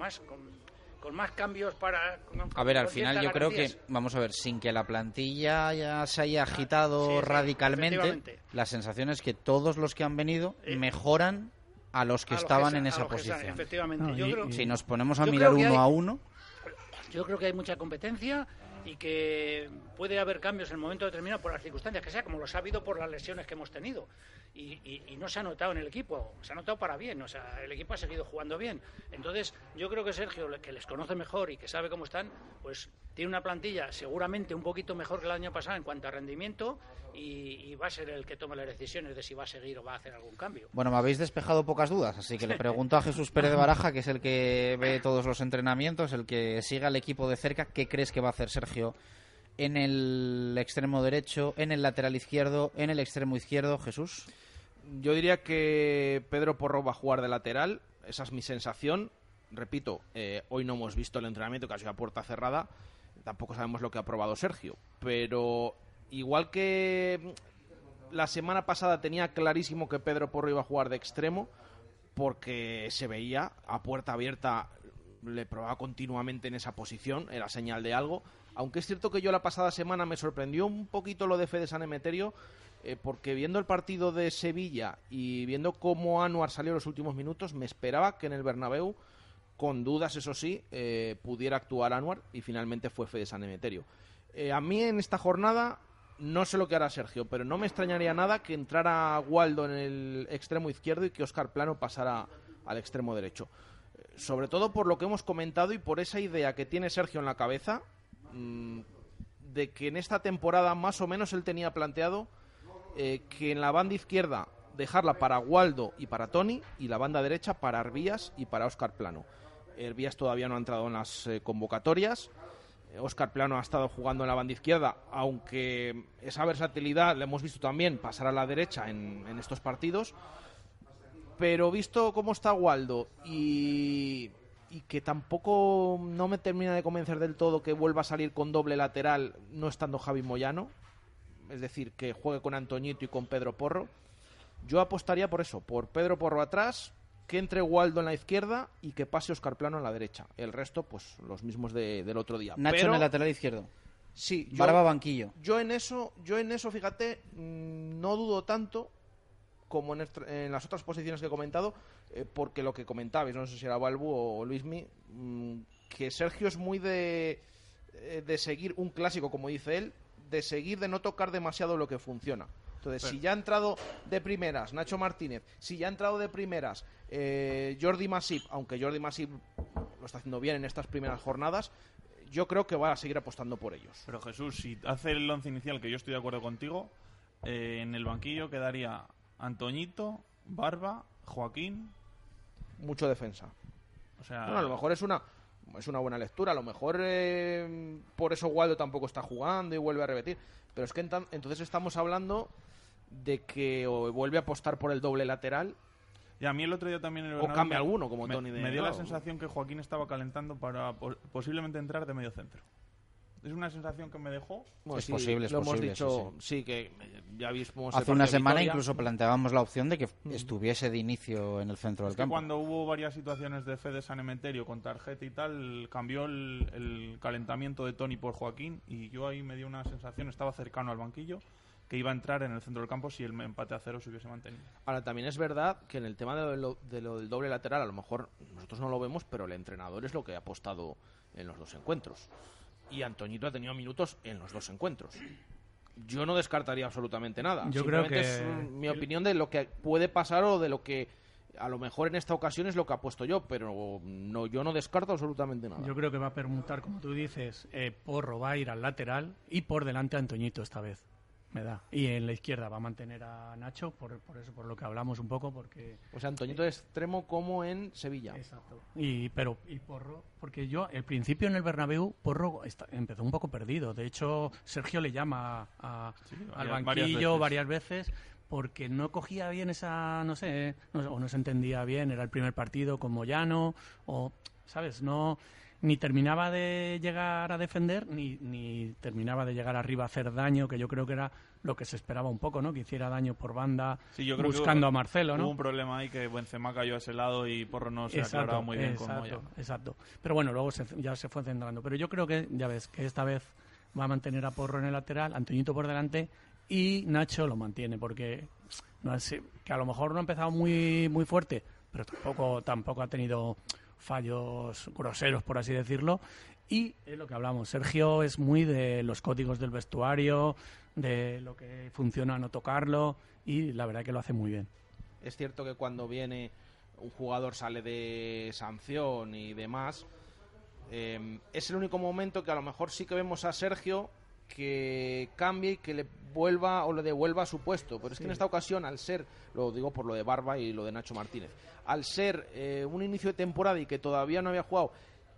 más cambios para... A ver, al final yo creo que, vamos a ver, sin que la plantilla ya se haya agitado radicalmente, la sensación es que todos los que han venido mejoran a los que estaban en esa posición. Efectivamente. Si nos ponemos a mirar uno a uno... Yo creo que hay mucha competencia y que puede haber cambios en el momento determinado por las circunstancias que sea, como los ha habido por las lesiones que hemos tenido. Y no se ha notado en el equipo, se ha notado para bien, o sea, el equipo ha seguido jugando bien. Entonces, yo creo que Sergio, que les conoce mejor y que sabe cómo están, pues tiene una plantilla seguramente un poquito mejor que el año pasado en cuanto a rendimiento, y va a ser el que tome las decisiones de si va a seguir o va a hacer algún cambio. Bueno, me habéis despejado pocas dudas, así que le pregunto a Jesús Pérez de Baraja, que es el que ve todos los entrenamientos, el que sigue al equipo de cerca. ¿Qué crees que va a hacer Sergio en el extremo derecho, en el lateral izquierdo, en el extremo izquierdo? Jesús. Yo diría que Pedro Porro va a jugar de lateral, esa es mi sensación. Repito, hoy no hemos visto el entrenamiento, que ha sido a puerta cerrada, tampoco sabemos lo que ha probado Sergio, pero igual que la semana pasada tenía clarísimo que Pedro Porro iba a jugar de extremo, porque se veía a puerta abierta, le probaba continuamente en esa posición, era señal de algo. Aunque es cierto que yo la pasada semana me sorprendió un poquito lo de Fede San Emeterio, porque viendo el partido de Sevilla y viendo cómo Anuar salió en los últimos minutos, me esperaba que en el Bernabéu, con dudas eso sí, pudiera actuar Anuar, y finalmente fue Fede San Emeterio. A mí en esta jornada no sé lo que hará Sergio, pero no me extrañaría nada que entrara Waldo en el extremo izquierdo y que Óscar Plano pasara al extremo derecho. Sobre todo por lo que hemos comentado y por esa idea que tiene Sergio en la cabeza, de que en esta temporada más o menos él tenía planteado que en la banda izquierda dejarla para Waldo y para Toni, y la banda derecha para Herbías y para Óscar Plano. Herbías todavía no ha entrado en las convocatorias. Óscar Plano ha estado jugando en la banda izquierda, aunque esa versatilidad la hemos visto también pasar a la derecha en estos partidos. Pero visto cómo está Waldo y que tampoco no me termina de convencer del todo que vuelva a salir con doble lateral no estando Javi Moyano, es decir, que juegue con Antoñito y con Pedro Porro, yo apostaría por eso, por Pedro Porro atrás, que entre Waldo en la izquierda y que pase Óscar Plano en la derecha. El resto, pues los mismos del otro día. Nacho en el lateral izquierdo. Sí. Barba banquillo. Yo en eso, fíjate, no dudo tanto como en las otras posiciones que he comentado, porque lo que comentabais, no sé si era Balbu o Luismi, que Sergio es muy de seguir un clásico, como dice él, de no tocar demasiado lo que funciona. Entonces, si ya ha entrado de primeras Nacho Martínez, si ya ha entrado de primeras Jordi Masip, aunque Jordi Masip lo está haciendo bien en estas primeras jornadas, yo creo que va a seguir apostando por ellos. Pero Jesús, si hace el once inicial, que yo estoy de acuerdo contigo, en el banquillo quedaría Antoñito, Barba, Joaquín. Mucho defensa. O sea, bueno, a lo mejor es una buena lectura. A lo mejor por eso Waldo tampoco está jugando y vuelve a repetir. Pero es que entonces estamos hablando de que o vuelve a apostar por el doble lateral. Y a mí el otro día también... O cambia alguno, como Tony de... Me dio la sensación que Joaquín estaba calentando para posiblemente entrar de medio centro. Es una sensación que me dejó. Bueno, es sí, posible, lo posible, hemos dicho, sí. sí, que ya vimos... Hace una semana incluso planteábamos la opción de que estuviese de inicio en el centro del campo. Cuando hubo varias situaciones de Fede San Emeterio con tarjeta y tal, cambió el calentamiento de Tony por Joaquín y yo ahí me dio una sensación, estaba cercano al banquillo, que iba a entrar en el centro del campo si el empate a 0 se hubiese mantenido. Ahora, también es verdad que en el tema de lo del doble lateral, a lo mejor nosotros no lo vemos, pero el entrenador es lo que ha apostado en los dos encuentros. Y Antoñito ha tenido minutos en los dos encuentros. Yo no descartaría absolutamente nada. Yo creo que es mi opinión de lo que puede pasar o de lo que a lo mejor en esta ocasión es lo que ha puesto yo, pero no, yo no descarto absolutamente nada. Yo creo que va a permutar, como tú dices, Porro va a ir al lateral y por delante Antoñito esta vez. Me da. Y en la izquierda va a mantener a Nacho, por eso, por lo que hablamos un poco, porque... O sea, Antoñito de extremo como en Sevilla. Exacto. Y Porro, porque yo, al principio en el Bernabéu, Porro empezó un poco perdido. De hecho, Sergio le llama al banquillo varias veces porque no cogía bien esa, no sé, o no se entendía bien, era el primer partido con Moyano, o, ¿sabes? No... Ni terminaba de llegar a defender, ni terminaba de llegar arriba a hacer daño, que yo creo que era lo que se esperaba un poco, ¿no? Que hiciera daño por banda, sí, yo creo buscando a Marcelo, ¿no? Hubo un problema ahí que Benzema cayó a ese lado y Porro no se aclaraba muy bien con Moya. Exacto. Pero bueno, luego ya se fue centrando. Pero yo creo que, ya ves, que esta vez va a mantener a Porro en el lateral, Antoñito por delante y Nacho lo mantiene, porque no es, que a lo mejor no ha empezado muy, muy fuerte, pero tampoco ha tenido fallos groseros, por así decirlo, y es lo que hablamos. Sergio es muy de los códigos del vestuario, de lo que funciona no tocarlo, y la verdad que lo hace muy bien. Es cierto que cuando viene un jugador, sale de sanción y demás, es el único momento que a lo mejor sí que vemos a Sergio que cambie y que le vuelva o le devuelva a su puesto, pero es que en esta ocasión, al ser, lo digo por lo de Barba y lo de Nacho Martínez, al ser un inicio de temporada y que todavía no había jugado,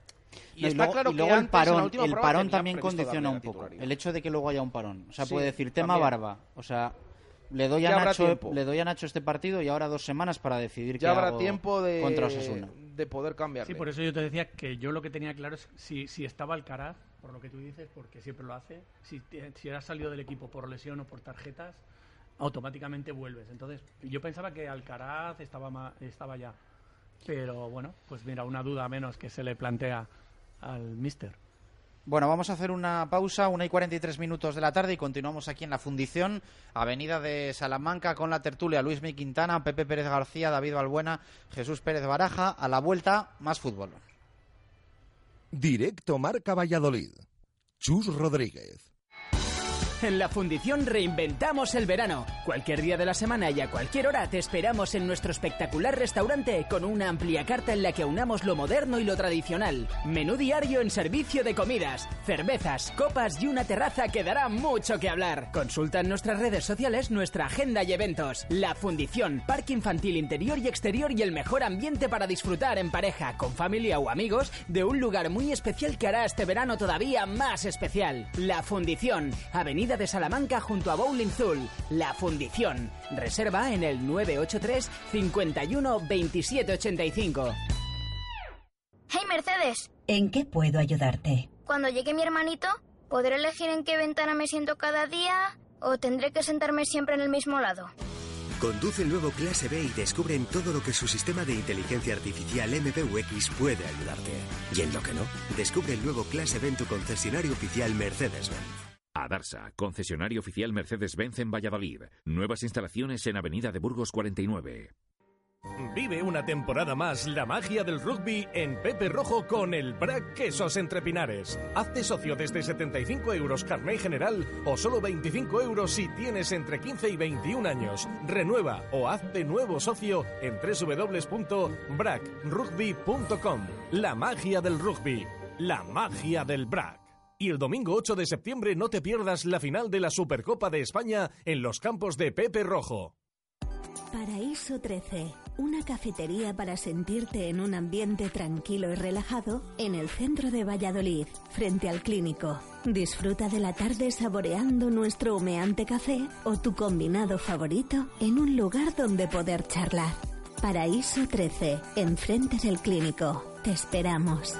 y está luego, claro y luego que el parón también condiciona un poco el hecho de que luego haya un parón, o sea, puede decir tema también. Barba, o sea, le doy a Nacho este partido y ahora 2 semanas para decidir ya qué habrá tiempo contra Osasuna, de poder cambiarle. Sí, por eso yo te decía que yo lo que tenía claro es si estaba Alcaraz, por lo que tú dices, porque siempre lo hace, si has salido del equipo por lesión o por tarjetas, automáticamente vuelves. Entonces, yo pensaba que Alcaraz estaba ya. Pero bueno, pues mira, una duda menos que se le plantea al míster. Bueno, vamos a hacer una pausa, 1:43 de la tarde, y continuamos aquí en la Fundición, Avenida de Salamanca, con la tertulia Luismi Quintana, Pepe Pérez García, David Balbuena, Jesús Pérez Baraja. A la vuelta, más fútbol. Directo Marca Valladolid. Chus Rodríguez. En la Fundición reinventamos el verano. Cualquier día de la semana y a cualquier hora te esperamos en nuestro espectacular restaurante con una amplia carta en la que aunamos lo moderno y lo tradicional. Menú diario en servicio de comidas, cervezas, copas y una terraza que dará mucho que hablar. Consulta en nuestras redes sociales nuestra agenda y eventos. La Fundición, parque infantil interior y exterior y el mejor ambiente para disfrutar en pareja, con familia o amigos de un lugar muy especial que hará este verano todavía más especial. La Fundición, Avenida Avenida de Salamanca junto a Bowling Zul. La Fundición. Reserva en el 983 51 27 85. ¡Hey, Mercedes! ¿En qué puedo ayudarte? Cuando llegue mi hermanito, ¿podré elegir en qué ventana me siento cada día o tendré que sentarme siempre en el mismo lado? Conduce el nuevo Clase B y descubre en todo lo que su sistema de inteligencia artificial MBUX puede ayudarte. Y en lo que no, descubre el nuevo Clase B en tu concesionario oficial Mercedes-Benz. Adarsa, concesionario oficial Mercedes-Benz en Valladolid. Nuevas instalaciones en Avenida de Burgos 49. Vive una temporada más la magia del rugby en Pepe Rojo con el BRAC Quesos Entre Pinares. Hazte socio desde 75 euros carné general o solo 25 euros si tienes entre 15 y 21 años. Renueva o hazte nuevo socio en www.bracrugby.com. La magia del rugby, la magia del BRAC. Y el domingo 8 de septiembre no te pierdas la final de la Supercopa de España en los campos de Pepe Rojo. Paraíso 13, una cafetería para sentirte en un ambiente tranquilo y relajado en el centro de Valladolid, frente al Clínico. Disfruta de la tarde saboreando nuestro humeante café o tu combinado favorito en un lugar donde poder charlar. Paraíso 13, enfrente del Clínico. Te esperamos.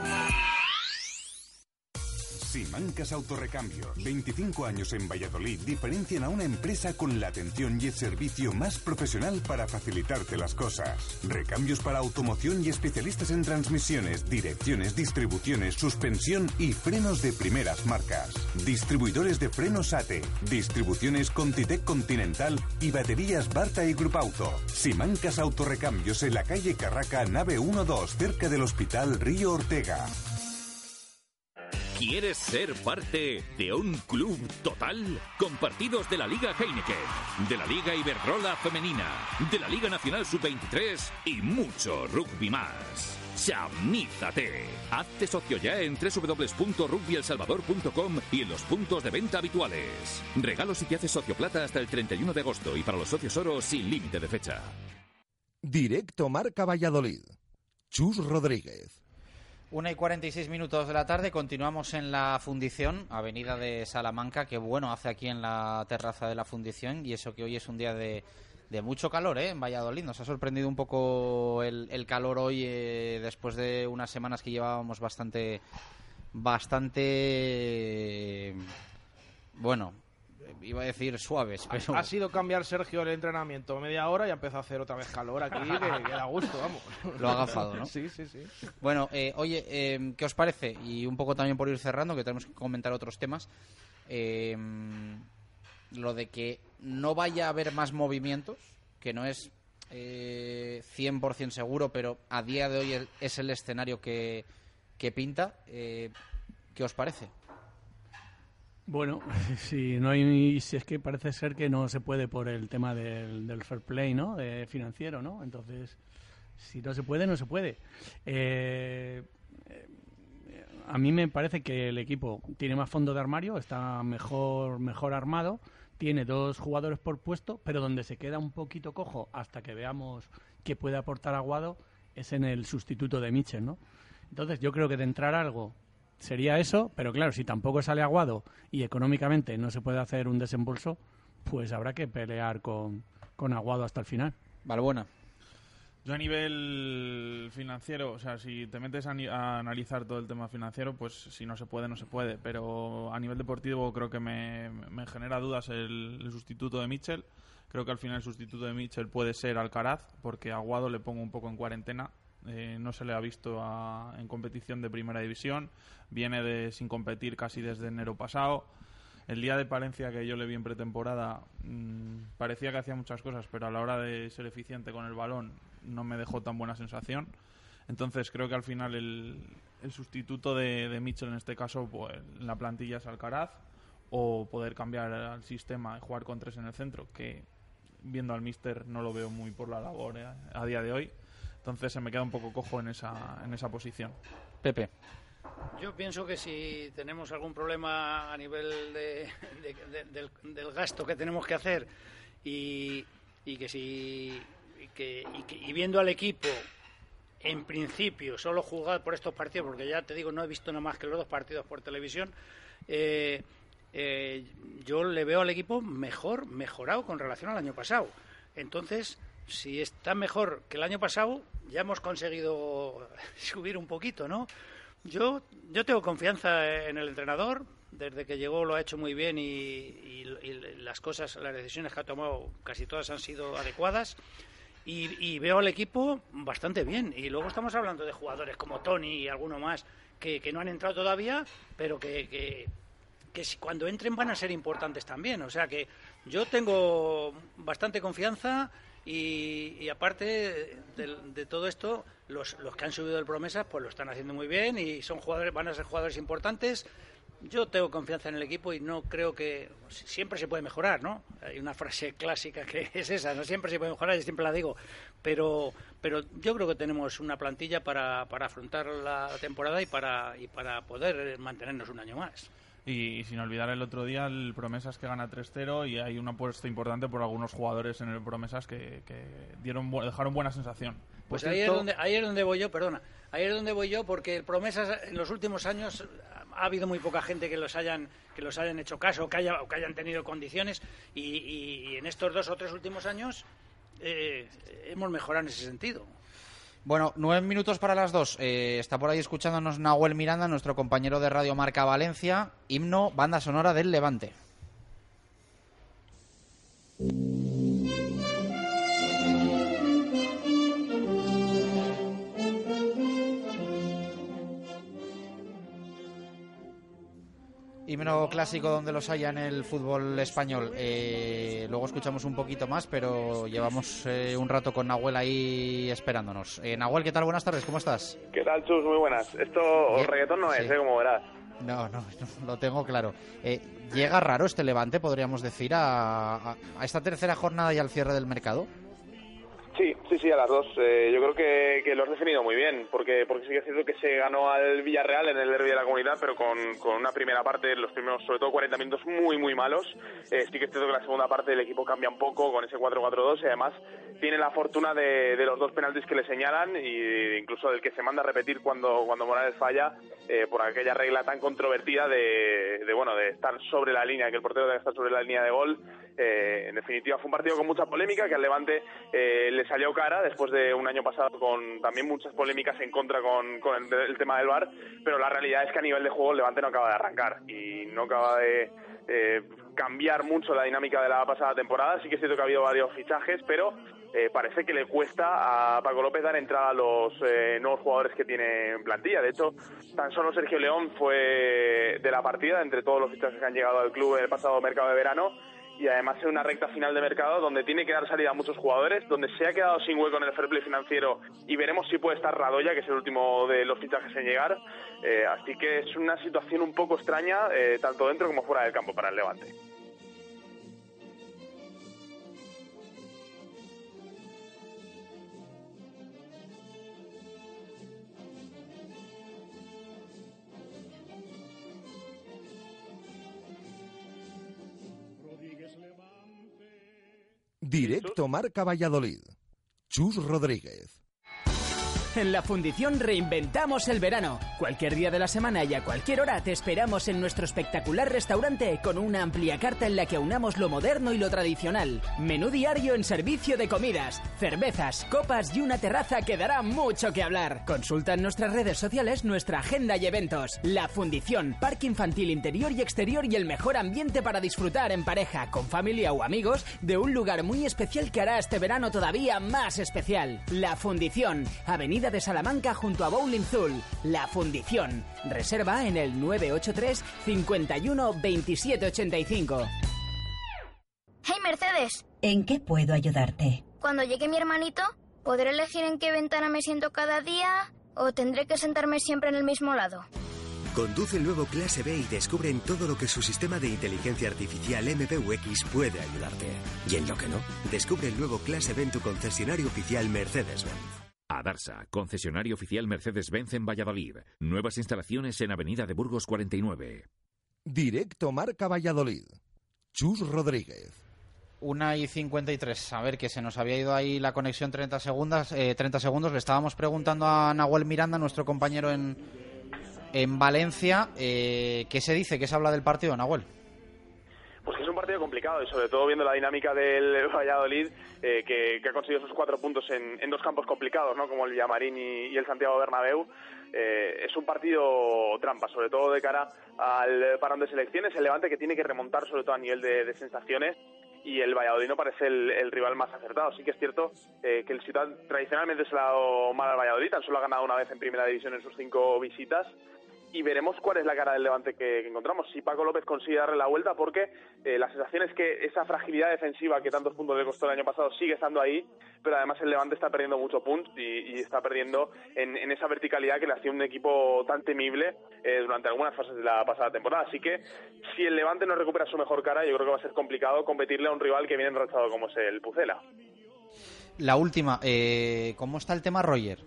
Simancas Autorrecambio. 25 años en Valladolid diferencian a una empresa con la atención y el servicio más profesional para facilitarte las cosas. Recambios para automoción y especialistas en transmisiones, direcciones, distribuciones, suspensión y frenos de primeras marcas. Distribuidores de frenos ATE, distribuciones Contitec Continental y baterías Barta y Grupauto. Simancas Autorrecambios en la calle Carraca, nave 1-2, cerca del Hospital Río Ortega. ¿Quieres ser parte de un club total? Con partidos de la Liga Heineken, de la Liga Iberdrola Femenina, de la Liga Nacional Sub-23 y mucho rugby más. ¡Chamízate! Hazte socio ya en www.rugbyelsalvador.com y en los puntos de venta habituales. Regalo si te haces socio plata hasta el 31 de agosto y para los socios oro sin límite de fecha. Directo Marca Valladolid. Chus Rodríguez. 1:46 de la tarde, continuamos en la Fundición, Avenida de Salamanca, que bueno hace aquí en la terraza de la Fundición, y eso que hoy es un día de mucho calor, en Valladolid. Nos ha sorprendido un poco el calor hoy, después de unas semanas que llevábamos bastante, bueno, iba a decir suaves, pero... Ha sido cambiar Sergio el entrenamiento media hora y ha empezado a hacer otra vez calor aquí, que da gusto, vamos. Lo ha agafado, ¿no? Sí. Bueno, oye, ¿qué os parece? Y un poco también por ir cerrando, que tenemos que comentar otros temas. Lo de que no vaya a haber más movimientos, que no es 100% seguro, pero a día de hoy es el escenario que pinta. ¿Qué os parece? Bueno, si es que parece ser que no se puede por el tema del fair play, ¿no? Financiero, ¿no? Entonces, si no se puede, no se puede. A mí me parece que el equipo tiene más fondo de armario, está mejor armado, tiene 2 jugadores por puesto, pero donde se queda un poquito cojo hasta que veamos qué puede aportar Aguado es en el sustituto de Mitchell, ¿no? Entonces, yo creo que de entrar algo sería eso, pero claro, si tampoco sale Aguado y económicamente no se puede hacer un desembolso, pues habrá que pelear con Aguado hasta el final. Valbuena. Yo a nivel financiero, o sea, si te metes a analizar todo el tema financiero, pues si no se puede, no se puede. Pero a nivel deportivo creo que me genera dudas el sustituto de Mitchell. Creo que al final el sustituto de Mitchell puede ser Alcaraz, porque a Aguado le pongo un poco en cuarentena. No se le ha visto en competición de primera división, viene sin competir casi desde enero pasado. El día de Palencia que yo le vi en pretemporada parecía que hacía muchas cosas, pero a la hora de ser eficiente con el balón no me dejó tan buena sensación. Entonces creo que al final el sustituto de Mitchell en este caso, pues la plantilla es Alcaraz, o poder cambiar al sistema y jugar con 3 en el centro, que viendo al míster no lo veo muy por la labor a día de hoy. Entonces se me queda un poco cojo en esa posición. Pepe. Yo pienso que si tenemos algún problema a nivel del gasto que tenemos que hacer y viendo al equipo en principio solo jugar por estos partidos, porque ya te digo, no he visto nada más que los 2 partidos por televisión, yo le veo al equipo mejorado con relación al año pasado. Entonces, si está mejor que el año pasado, ya hemos conseguido subir un poquito, ¿no? Yo tengo confianza en el entrenador. Desde que llegó lo ha hecho muy bien y las decisiones que ha tomado casi todas han sido adecuadas. Y veo al equipo bastante bien. Y luego estamos hablando de jugadores como Tony y alguno más que no han entrado todavía, pero que cuando entren van a ser importantes también. O sea que yo tengo bastante confianza y aparte de todo esto, los que han subido del Promesas pues lo están haciendo muy bien y van a ser jugadores importantes. Yo tengo confianza en el equipo y no creo que... Siempre se puede mejorar, ¿no? Hay una frase clásica que es esa, no siempre se puede mejorar, yo siempre la digo. Pero yo creo que tenemos una plantilla para afrontar la temporada y para poder mantenernos un año más. Y sin olvidar el otro día el Promesas que gana 3-0 y hay una apuesta importante por algunos jugadores en el Promesas que dejaron buena sensación. Pues ahí es donde voy yo, perdona. Ahí es donde voy yo porque el Promesas en los últimos años ha habido muy poca gente que los hayan hecho caso o que hayan tenido condiciones y en estos 2 o 3 últimos años hemos mejorado en ese sentido. Bueno, 9 minutos para las 2. Está por ahí escuchándonos Nahuel Miranda, nuestro compañero de Radio Marca Valencia. Himno, banda sonora del Levante. Himno clásico donde los haya en el fútbol español. Luego escuchamos un poquito más, pero llevamos un rato con Nahuel ahí esperándonos. Nahuel, ¿qué tal? Buenas tardes, ¿cómo estás? ¿Qué tal, Chus? Muy buenas. Esto reggaetón no es, sí. Como verás. No, lo tengo claro. ¿Llega raro este Levante, podríamos decir, a esta tercera jornada y al cierre del mercado? Sí, a las 2. Yo creo que lo has definido muy bien, porque sí que es cierto que se ganó al Villarreal en el derbi de la Comunidad, pero con una primera parte, los primeros, sobre todo 40 minutos, muy, muy malos. Sí que es cierto que la segunda parte el equipo cambia un poco con ese 4-4-2 y además tiene la fortuna de los 2 penaltis que le señalan e incluso del que se manda a repetir cuando Morales falla, por aquella regla tan controvertida de estar sobre la línea, que el portero debe estar sobre la línea de gol. En definitiva fue un partido con mucha polémica que al Levante le salió cara después de un año pasado con también muchas polémicas en contra con el tema del VAR, pero la realidad es que a nivel de juego el Levante no acaba de arrancar y no acaba de cambiar mucho la dinámica de la pasada temporada. Sí que es cierto que ha habido varios fichajes, pero parece que le cuesta a Paco López dar entrada a los nuevos jugadores que tiene en plantilla. De hecho, tan solo Sergio León fue de la partida entre todos los fichajes que han llegado al club en el pasado mercado de verano. Y además en una recta final de mercado donde tiene que dar salida a muchos jugadores, donde se ha quedado sin hueco en el fair play financiero y veremos si puede estar Radoya, que es el último de los fichajes en llegar. Así que es una situación un poco extraña, tanto dentro como fuera del campo para el Levante. Directo Marca Valladolid. Chus Rodríguez. En la Fundición reinventamos el verano. Cualquier día de la semana y a cualquier hora te esperamos en nuestro espectacular restaurante con una amplia carta en la que aunamos lo moderno y lo tradicional. Menú diario en servicio de comidas, cervezas, copas y una terraza que dará mucho que hablar. Consulta en nuestras redes sociales nuestra agenda y eventos. La Fundición, parque infantil interior y exterior y el mejor ambiente para disfrutar en pareja, con familia o amigos de un lugar muy especial que hará este verano todavía más especial. La Fundición, Avenida de Salamanca junto a Bowling Zul. La Fundición. Reserva en el 983 51 27 85. ¡Hey, Mercedes! ¿En qué puedo ayudarte? Cuando llegue mi hermanito, ¿podré elegir en qué ventana me siento cada día o tendré que sentarme siempre en el mismo lado? Conduce el nuevo Clase B y descubre en todo lo que su sistema de inteligencia artificial MBUX puede ayudarte. Y en lo que no, descubre el nuevo Clase B en tu concesionario oficial Mercedes-Benz. Adarsa, concesionario oficial Mercedes-Benz en Valladolid. Nuevas instalaciones en Avenida de Burgos 49. Directo Marca Valladolid. Chus Rodríguez. 1:53. A ver, que se nos había ido ahí la conexión 30 segundos. Le estábamos preguntando a Nahuel Miranda, nuestro compañero en Valencia, ¿qué se dice? ¿Qué se habla del partido, Nahuel? partido complicado y sobre todo viendo la dinámica del Valladolid, que ha conseguido esos 4 puntos en 2 campos complicados, ¿no? Como el Villamarín y el Santiago Bernabéu. Es un partido trampa, sobre todo de cara al parón de selecciones. El Levante que tiene que remontar sobre todo a nivel de sensaciones, y el Valladolid no parece el rival más acertado. Sí que es cierto que el Ciutat tradicionalmente se le ha dado mal al Valladolid, tan solo ha ganado una vez en primera división en sus 5 visitas, y veremos cuál es la cara del Levante que encontramos, si Paco López consigue darle la vuelta, porque la sensación es que esa fragilidad defensiva que tantos puntos le costó el año pasado sigue estando ahí, pero además el Levante está perdiendo mucho punto y está perdiendo en esa verticalidad que le hacía un equipo tan temible durante algunas fases de la pasada temporada. Así que si el Levante no recupera su mejor cara, yo creo que va a ser complicado competirle a un rival que viene enrachado como es el Pucela. La última, ¿cómo está el tema Roger?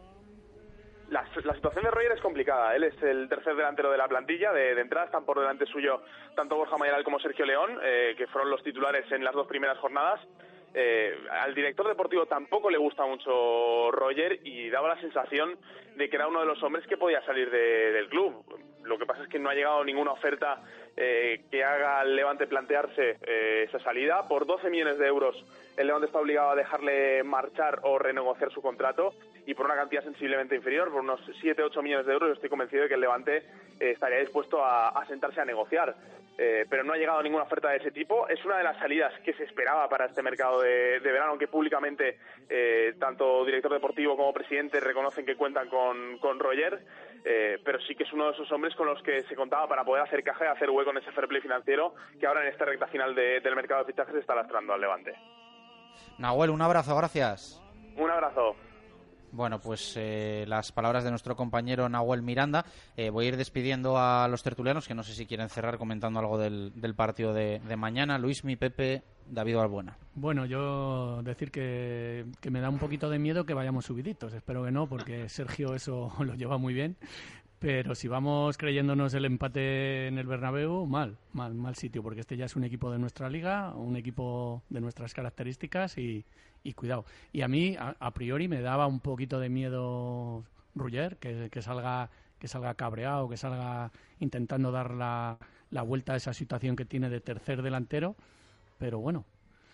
La situación de Roger es complicada. Él es el tercer delantero de la plantilla. De entrada están por delante suyo tanto Borja Mayoral como Sergio León, que fueron los titulares en las 2 primeras jornadas. Al director deportivo tampoco le gusta mucho Roger y daba la sensación de que era uno de los hombres que podía salir del club. Lo que pasa es que no ha llegado ninguna oferta que haga al Levante plantearse esa salida. Por 12 millones de euros el Levante está obligado a dejarle marchar o renegociar su contrato, y por una cantidad sensiblemente inferior, por unos 7-8 millones de euros, yo estoy convencido de que el Levante estaría dispuesto a sentarse a negociar. Pero no ha llegado ninguna oferta de ese tipo. Es una de las salidas que se esperaba para este mercado de verano, aunque públicamente tanto director deportivo como presidente reconocen que cuentan con Roger, pero sí que es uno de esos hombres con los que se contaba para poder hacer caja y hacer hueco en ese fair play financiero que ahora en esta recta final del mercado de fichajes está lastrando al Levante. Nahuel, un abrazo, gracias. Un abrazo. Bueno, pues las palabras de nuestro compañero Nahuel Miranda. Voy a ir despidiendo a los tertulianos, que no sé si quieren cerrar comentando algo del partido de mañana. Luismi, Pepe, David Balbuena. Bueno, yo decir que me da un poquito de miedo que vayamos subiditos. Espero que no, porque Sergio eso lo lleva muy bien. Pero si vamos creyéndonos el empate en el Bernabéu, mal sitio, porque este ya es un equipo de nuestra liga, un equipo de nuestras características y cuidado. Y a mí, a priori, me daba un poquito de miedo Roger, que salga cabreado, que salga intentando dar la vuelta a esa situación que tiene de tercer delantero, pero bueno.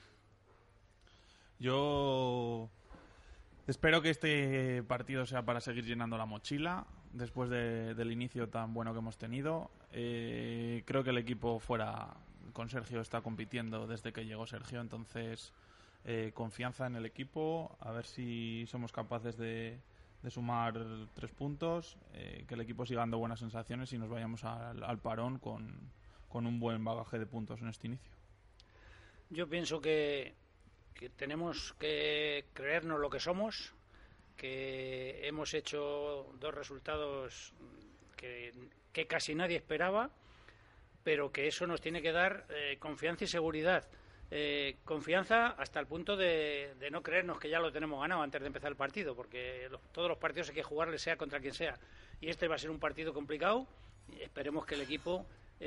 Yo espero que este partido sea para seguir llenando la mochila después del inicio tan bueno que hemos tenido. Creo que el equipo fuera con Sergio está compitiendo desde que llegó Sergio, entonces confianza en el equipo, a ver si somos capaces de sumar 3 puntos, que el equipo siga dando buenas sensaciones y nos vayamos al parón con un buen bagaje de puntos en este inicio. Yo pienso que tenemos que creernos lo que somos, que hemos hecho 2 resultados que casi nadie esperaba, pero que eso nos tiene que dar confianza y seguridad. Confianza hasta el punto de no creernos que ya lo tenemos ganado antes de empezar el partido, porque todos los partidos hay que jugarles sea contra quien sea, y este va a ser un partido complicado. Esperemos que el equipo,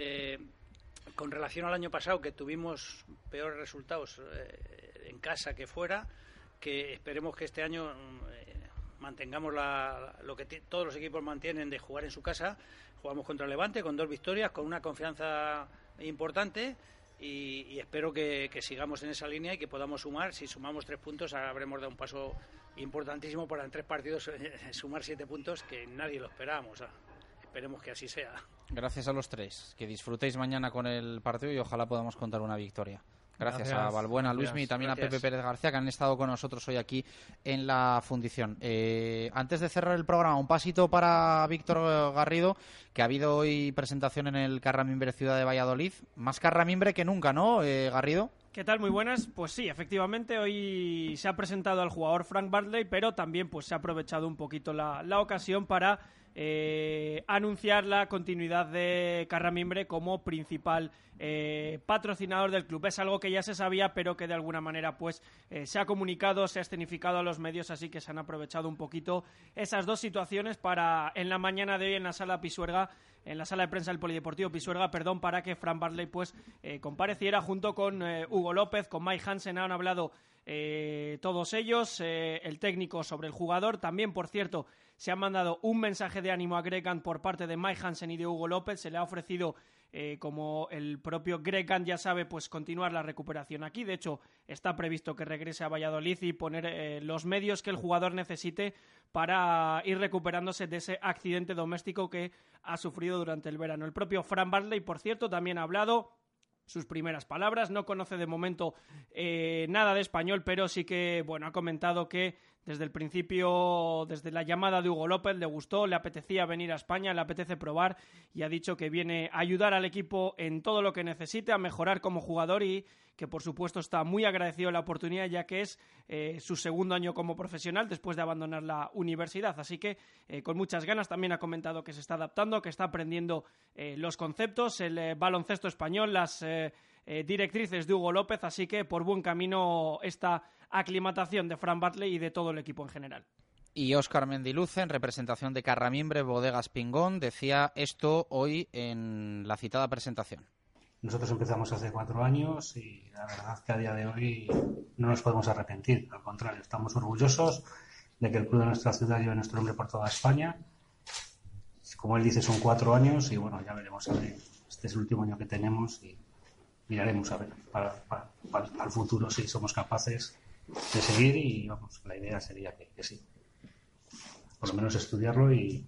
con relación al año pasado, que tuvimos peores resultados en casa que fuera, que esperemos que este año mantengamos lo que todos los equipos mantienen de jugar en su casa. Jugamos contra el Levante con 2 victorias, con una confianza importante, y espero que sigamos en esa línea y que podamos sumar. Si sumamos 3 puntos, habremos dado un paso importantísimo para en 3 partidos sumar 7 puntos, que nadie lo esperábamos. Esperemos que así sea. Gracias a los 3. Que disfrutéis mañana con el partido y ojalá podamos contar una victoria. Gracias a Balbuena, a Luismi y también a Pepe Pérez García, que han estado con nosotros hoy aquí en la fundición. Antes de cerrar el programa, un pasito para Víctor Garrido, que ha habido hoy presentación en el Carramimbre Ciudad de Valladolid. Más Carramimbre que nunca, ¿no, Garrido? ¿Qué tal? Muy buenas. Pues sí, efectivamente, hoy se ha presentado al jugador Frank Bartley, pero también pues se ha aprovechado un poquito la ocasión para anunciar la continuidad de Carramimbre como principal patrocinador del club. Es algo que ya se sabía, pero que de alguna manera pues se ha comunicado, se ha escenificado a los medios, así que se han aprovechado un poquito esas 2 situaciones para, en la mañana de hoy, en la sala Pisuerga, en la sala de prensa del Polideportivo Pisuerga, para que Frank Bartley pues compareciera junto con Hugo López, con Mike Hansen. Han hablado todos ellos, el técnico sobre el jugador. También, por cierto, se ha mandado un mensaje de ánimo a Greg Gant por parte de Mike Hansen y de Hugo López. Se le ha ofrecido, como el propio Greg Gant ya sabe, pues continuar la recuperación aquí. De hecho, está previsto que regrese a Valladolid y poner los medios que el jugador necesite para ir recuperándose de ese accidente doméstico que ha sufrido durante el verano. El propio Frank Bartley, por cierto, también ha hablado. Sus primeras palabras, no conoce de momento nada de español, pero sí que ha comentado que desde el principio, desde la llamada de Hugo López, le gustó, le apetecía venir a España, le apetece probar, y ha dicho que viene a ayudar al equipo en todo lo que necesite, a mejorar como jugador, y que por supuesto está muy agradecido de la oportunidad, ya que es su segundo año como profesional después de abandonar la universidad. Así que con muchas ganas. También ha comentado que se está adaptando, que está aprendiendo los conceptos, el baloncesto español, las directrices de Hugo López, así que por buen camino esta aclimatación de Frank Bartley y de todo el equipo en general. Y Óscar Mendiluce, en representación de Carramimbre Bodegas Pingón, decía esto hoy en la citada presentación. Nosotros empezamos hace 4 años y la verdad que a día de hoy no nos podemos arrepentir. Al contrario, estamos orgullosos de que el club de nuestra ciudad lleve nuestro nombre por toda España. Como él dice, son 4 años y ya veremos a ver. Este es el último año que tenemos y miraremos a ver para el futuro si somos capaces de seguir, y la idea sería que sí. Por lo menos estudiarlo y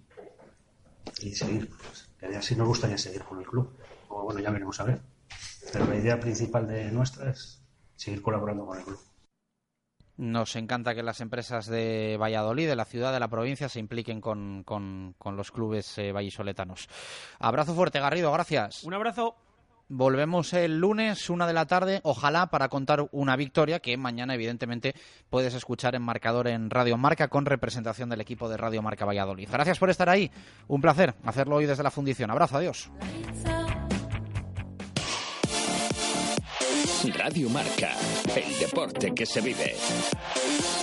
seguir. Que así nos gustaría seguir con el club. O ya veremos a ver. Pero la idea principal de nuestra es seguir colaborando con el club. Nos encanta que las empresas de Valladolid, de la ciudad, de la provincia, se impliquen con los clubes vallisoletanos. Abrazo fuerte, Garrido, gracias. Un abrazo. Volvemos el lunes, 1 de la tarde, ojalá para contar una victoria que mañana evidentemente puedes escuchar en marcador en Radio Marca con representación del equipo de Radio Marca Valladolid. Gracias por estar ahí, un placer hacerlo hoy desde la Fundición. Abrazo, adiós. Radio Marca, el deporte que se vive.